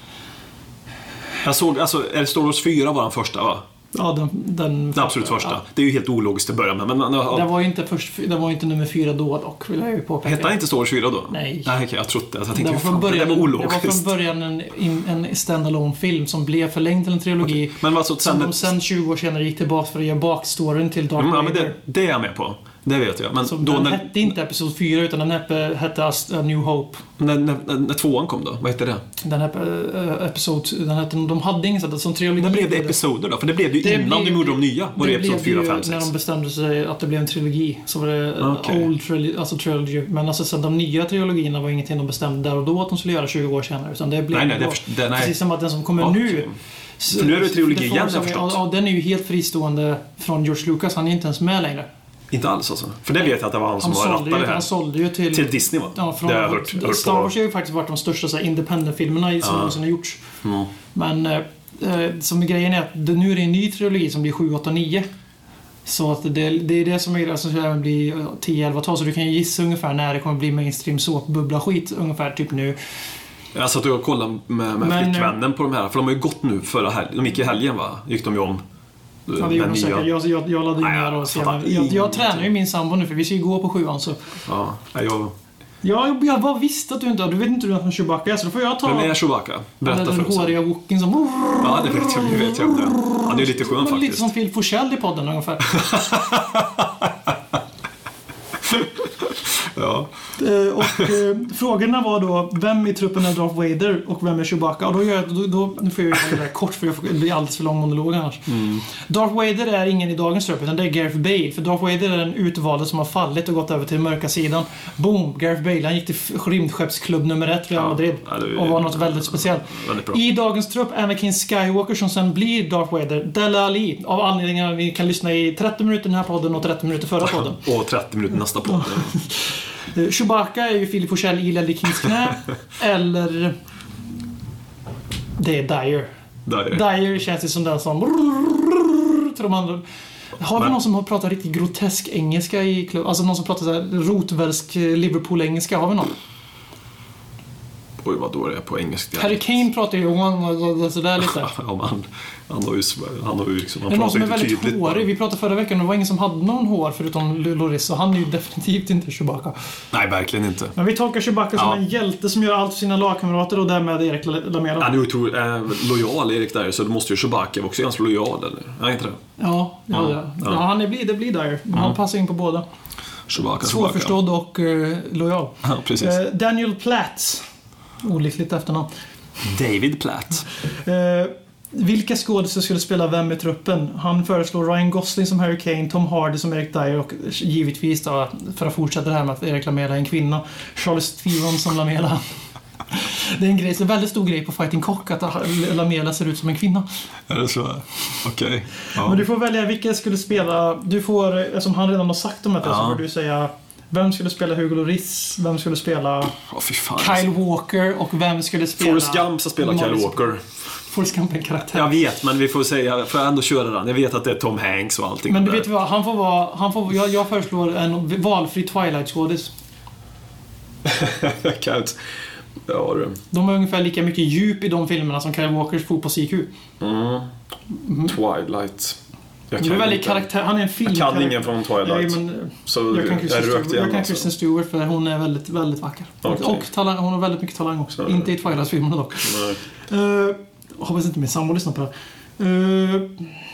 Jag såg, alltså, är det Star Wars fyra var den första, va? Ja, den, den, den absolut första. Ja. Det är ju helt ologiskt att börja med. Men, ja. Det var ju inte, först, det var inte nummer fyra då dock, vill jag ju påpeka. Hette han inte Star Wars fyra då? Nej. Nej, okej, jag trodde. Jag tänkte, det, var från fan, början, det var ologiskt. Det var från början en, en stand-alone film som blev förlängd till en trilogi. Okay. Men alltså, sen, som de sen tjugo år senare gick tillbaka för att göra bakstoryn till Darth mm, Vader. Ja, men det, det är jag med på. Det vet jag. Men så då den när, hette inte Episod fyra utan den hette, hette A New Hope. När, när, när tvåan kom då? Vad hette det? Den hette uh, Episod... Den hette, de hade inget sånt som trilogi. När blev det episoder då? För det blev det ju det innan blev, de gjorde de nya. Var det, det Episod fyra, fem, sex? När de bestämde sig att det blev en trilogi. Så var det okay. Old trilogy, alltså trilogy. Men alltså sen de nya trilogierna var ingenting de bestämde där och då att de skulle göra tjugo år senare. Utan det blev nej, nej, då, det, det, nej. Precis som att den som kommer okay. nu... För nu är det trilogi det igen, jag förstått. Ja, den är ju helt fristående från George Lucas. Han är inte ens med längre. Inte alls alltså. För det vet jag att det var han som han var rattade det här. Han sålde ju till, till Disney, va? Ja, från, det har jag hört, hört Star Wars har ju faktiskt varit de största så här, independent-filmerna som ja. någonsin har gjorts. Mm. Men eh, som grejen är att det, nu är det en ny trilogi som blir sju, åtta, nio. Så att det, det är det som är, alltså, även blir tio, elva tal. Så du kan ju gissa ungefär när det kommer bli mainstream såpbubbla skit ungefär typ nu. Jag satt och kollade med, med Men, flickvännen på de här. För de har ju gått nu förra helgen. De gick i helgen, va? Gick de ju om. Ja, det gjorde de säkert. Jag, jag, jag laddade in här och se. Jag, jag, jag tränar ju min sambo nu för vi ska ju gå på sjuan så. Ja, jag... Ja, jag bara visste att du inte... Du vet inte hur du är Chewbacca är så då får jag ta... Vem är Chewbacca? Berätta för oss. Den håriga Wookieen som... Ja, det vet jag. Det vet jag. Han är ju lite skön faktiskt. Lite som Phil Forsell i podden ungefär. Ja. Och eh, frågorna var då vem i truppen är Darth Vader och vem är Chewbacca. Och då gör jag, då, då, nu får jag göra det där kort för det blir alldeles för lång monolog annars. Mm. Darth Vader är ingen i dagens trupp utan det är Gareth Bale. För Darth Vader är den utvalde som har fallit och gått över till mörka sidan. Boom, Gareth Bale, han gick till rymdskeppsklubb nummer ett Real Madrid ja, är, och var något väldigt speciellt. Väldigt I dagens trupp Anakin Skywalker som sen blir Darth Vader. Dele Alli, av anledningar vi kan lyssna i trettio minuter den här podden och trettio minuter förra podden. Och trettio minuter nästa podd. Chewbacca är ju Philip Forsell i Ledley Kings knä. Eller det är Dyer. Dyer. Dyer känns det som den som för de andra. Har vi Men... någon som har pratat riktigt grotesk engelska i klubb? Alltså någon som pratar så här rotvälsk Liverpool-engelska? Har vi någon? Oj, vad då är det på engelska? Harry Kane pratar ju om sådär lite. Ja, han, han har ju, han har ju liksom... Han det är någon som är väldigt tydligt, hårig. Vi pratade förra veckan och det var ingen som hade någon hår förutom Loris. Så han är ju definitivt inte Chewbacca. Nej, verkligen inte. Men vi tolkar Chewbacca ja. som en hjälte som gör allt för sina lagkamrater och därmed Erik Lamela. Han är ju tror, eh, lojal, Erik där. Så det måste ju Chewbacca också ganska lojal, eller? Nej, inte det? Ja, ja, ja. ja. ja han är, det blir där. Han mm. passar in på båda. Chewbacca, Svårförstådd och uh, lojal. Ja, precis. Uh, Daniel Platt. Olyckligt efternamn. David Platt. Eh, vilka skådespelare skulle spela vem i truppen? Han föreslår Ryan Gosling som Harry Kane, Tom Hardy som Eric Dyer och givetvis då, för att fortsätta det här med att Erik Lamela är en kvinna, Charles Theron som Lamela. Det är en grej, så en väldigt stor grej på Fighting Cock att Lamela ser ut som en kvinna. Är det så? Okej. Okay. Ja. Men du får välja vilka skulle spela. Du får, eftersom han redan har sagt dem att ja. så får du säga vem skulle spela Hugo Lloris, vem skulle spela oh, fy fan. Kyle Walker och vem skulle spela Forrest Gump ska spela Kyle Walker. Forrest Gump är en karaktär. Jag vet, men vi får säga, får jag ändå köra den. Jag vet att det är Tom Hanks och allting. Men du vet vad, han får vara, han får, jag, jag föreslår en valfri Twilight-skådis. Jag kan inte... Ja, det. De har ungefär lika mycket djup i de filmerna som Kyle Walkers fotbolls-I Q. Mm. Twilight. Jag kan det är väldigt karaktär. Han är en film. Jag kan ingen från Twilight. Ja, men, så jag kan Kristen, jag Stewart, jag kan Kristen Stewart för hon är väldigt, väldigt vacker. Okay. Och talang, hon har väldigt mycket talang också. Så, inte i Twilight-filmerna dock. Nej. Uh, hoppas inte min sambo lyssnar på det. Uh,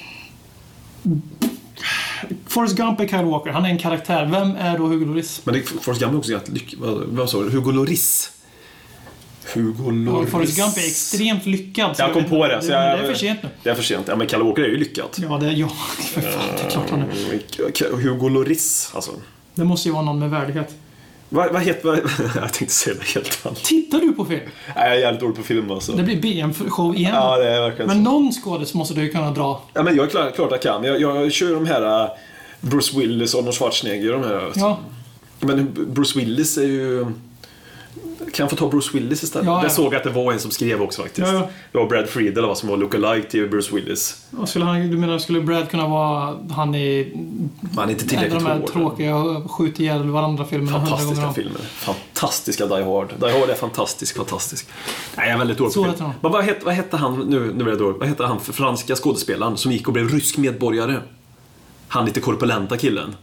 Forrest Gump är Kyle Walker. Han är en karaktär. Vem är då Hugo Lloris? Men det, Forrest Gump är också jättelyck... Vad, vad sa du? Hugo Lloris. Hugo Lloris. Forrest Gump är extremt lyckad. Jag kom på det. Så jag, det är för sent nu. Det är för sent. Ja, men Kyle Walker är ju lyckad. Ja, det är jag. För fan, det är klart han är. Hugo Lloris, alltså. Det måste ju vara någon med värdighet. Vad, vad heter... Vad, jag tänkte säga det helt annat. Tittar du på film? Nej, jag är jävligt dålig på film alltså. Det blir B M-show igen. Ja, det är verkligen men så. Någon skådis måste du ju kunna dra. Ja, men jag är klart, klart jag kan. Jag, jag kör de här... Bruce Willis och Arnold Schwarzenegger de här. Ja. Men Bruce Willis är ju... Kan jag få ta Bruce Willis istället? Ja, ja. Jag såg att det var en som skrev också faktiskt. Ja, ja. Det var Brad Friedel vad som var lookalike till Bruce Willis. Och skulle han, du menar skulle Brad kunna vara han i... Han är inte tillräckligt de här tråkiga skjuter ihjäl varandra filmerna. Fantastiska filmer. Fantastiska Die Hard. Die Hard är fantastisk, fantastisk. Nej, jag är väldigt dålig på film. Men vad hette, vad hette han nu, nu är jag dålig. Vad hette han för franska skådespelaren som gick och blev rysk medborgare? Han lite korpulenta killen.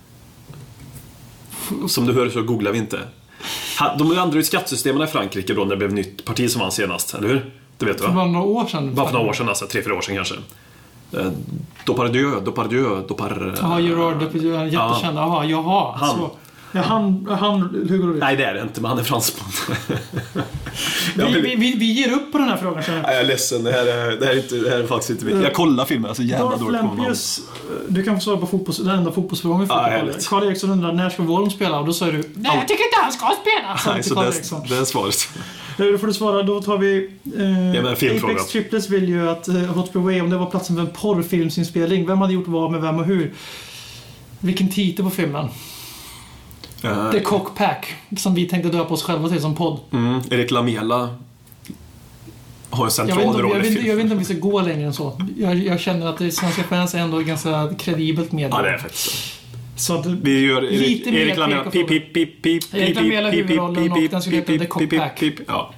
Som du hör så googlar vi inte. De ändrade ju skattesystemen i Frankrike då när det blev nytt parti som vann senast, eller hur? Det vet du va? För några år sedan. Bara för några år sedan, alltså tre, fyra år sedan kanske. Depardieu, Depardieu, Depardieu. Ja, Gerard Depardieu, jättekänd. Jaha, jaha. Han. Så. Ja, han, han Hugo Lloris. Nej, det är det inte, men han är fransman. vi, vi, vi, vi ger upp på den här frågan. Så. Nej, jag är ledsen, det här är, det här är, inte, det här är faktiskt inte mitt. Jag kollar filmen, alltså jävla dåligt på honom. Du kan få svara på fotbolls, den enda fotbollsfrågan vi får. Ah, Carl Eriksson undrar, när ska Wolm spela? Och då säger du, nej, jag tycker inte han ska spela. Så nej, så det, det är svaret. Då får du svara, då tar vi... Eh, ja, Apex Triplets vill ju att uh, Hot Spur Way, om det var platsen för en porrfilmsinspelning, vem hade gjort vad med vem och hur? Vilken titel på filmen? Uh, The Cockpack, som vi tänkte döpa oss själva till som podd. Mm, Erik Lamela har en central jag vet, roll jag, i vet, jag vet inte om vi ska gå längre än så. Jag, jag känner att det svenska fans är ändå ganska kredibelt med. Ja, det är faktiskt så. Så att vi gör Erik, lite mer Erik Lamela pip pip pip pip Erik Lamela huvudrollen och den skulle heta The Cockpack. Ja.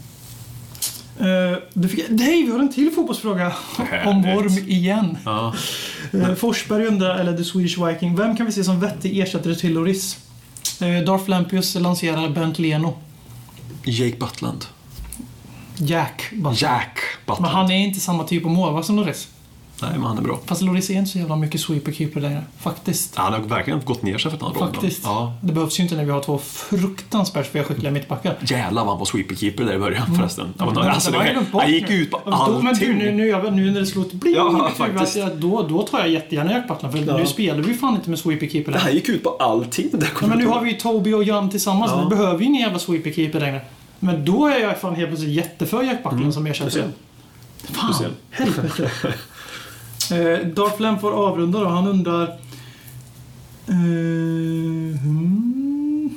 Uh, du fick, nej, vi har en till fotbollsfråga om Worm igen. Ja. uh, Forsberg undrar, eller The Swedish Viking, vem kan vi se som vettig ersättare till Lloris? Uh, Darth Lampius lanserar Bernt Leno. Jake Butland. Jack Butland. Jack Butland. Men han är inte samma typ av målvakt som Lloris. Nej, men han är bra. Fast Lloris är inte så jävla mycket sweeper-keeper längre. Faktiskt. Ja, han har verkligen gått ner sig för att han har Faktiskt. Ja. Det behövs ju inte när vi har två fruktansvärt för skickliga mittbackar. Jävlar vad han var sweeper-keeper där i början mm. förresten. Ja, men, alltså, det, det han gick ut på allting. Men du, nu, nu, nu när det slår bling, ja, faktiskt. Jag, då, då tar jag jättegärna Jack Butland. För ja. Nu spelar vi fan inte med sweeper-keeper längre. Det här gick ut på allting. Ja, men nu har vi ju Toby och Jan tillsammans. Ja. Vi behöver ju ingen jävla sweeper-keeper längre. Men då är jag fan helt plötsligt jätteför Jack Butland mm. som ersätter. Fan, helvete. Eh, Darth Lamp får avrunda då. Han undrar eh, hmm.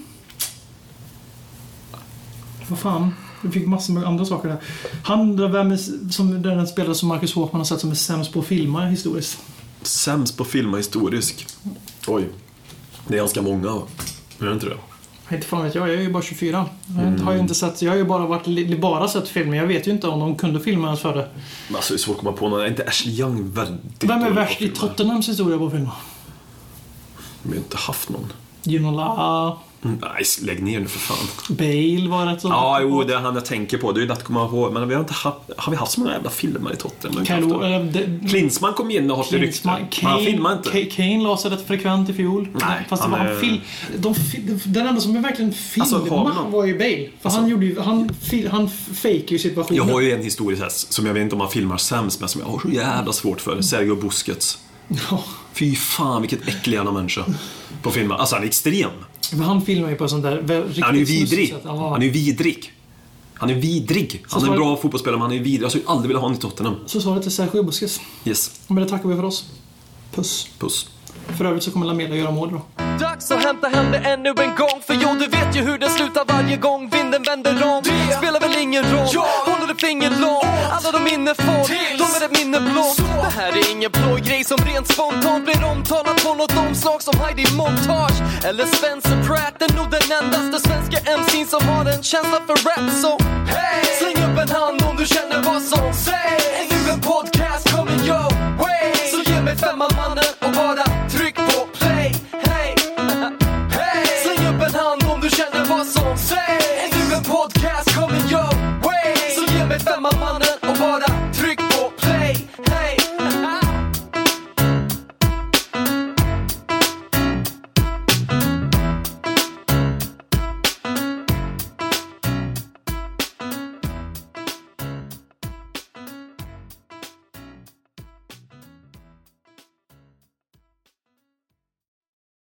Vad fan, vi fick massor med andra saker där. Han undrar vem är, som den spelare som Marcus Håkman har sett som är sämst på att filma historiskt. Sämst på att filma historisk? Oj, det är ganska många. Är det inte det? Inte fan vet jag, jag är ju bara tjugofyra. Mm. Jag har ju inte sett, jag har ju bara varit bara sett filmer. Jag vet ju inte om de kunde filma ens för det. Alltså det är svårt att komma på någon. Är inte Ashley Young väldigt... Vem är värst i Tottenhams historia på filmen? Vi har inte haft någon. Ginola. Mm, nej, lägg ner nu för fan. Bale var rätt så. Ja, jo, det är han jag tänker på. Det är ju lätt att komma ihåg. Men vi har inte haft... Har vi haft så många jävla filmer i Tottenham? Klinsmann kom in och har till rykte. Han filmar inte. Kane la sig rätt frekvent i fjol. Nej, fast han, det var är... film, de, den enda som är verkligen filmade alltså, var ju Bale. För alltså, han gjorde ju, han, han fejkade ju situationen. Jag har ju en historisk häst som jag vet inte om han filmar sämst, men som jag har så jävla svårt för. Sergio Busquets. Ja. Fy fan, vilket äcklig jävla människa på filmen. Alltså han är extrem. Men han filmar ju på sånt där riktigt. Han är ju vidrig. Han är ju vidrig. Han är vidrig. Han är en bra fotbollsspelare, men han är ju vidrig. Jag skulle aldrig vilja ha honom i Tottenham. Så sa det till Sergio Busquets. Yes. Men det tackar vi för oss. Puss. Puss. För övrigt så kommer Lamela göra mål då. Dags att hämta hem det ännu en gång. För jo, du vet ju hur det slutar varje gång vinden vänder om. Det spelar väl ingen roll. Håller det finger lång. Alla de minne får, de är ett minne blått. Det här är ingen blå grej som rent spontant blir omtalat på något omslag som Heidi Montage eller Spencer Pratt. Är nog den endaste svenska M C:n som har en känsla för rap. Så hey! Släng upp en hand om du känner vad som sägs.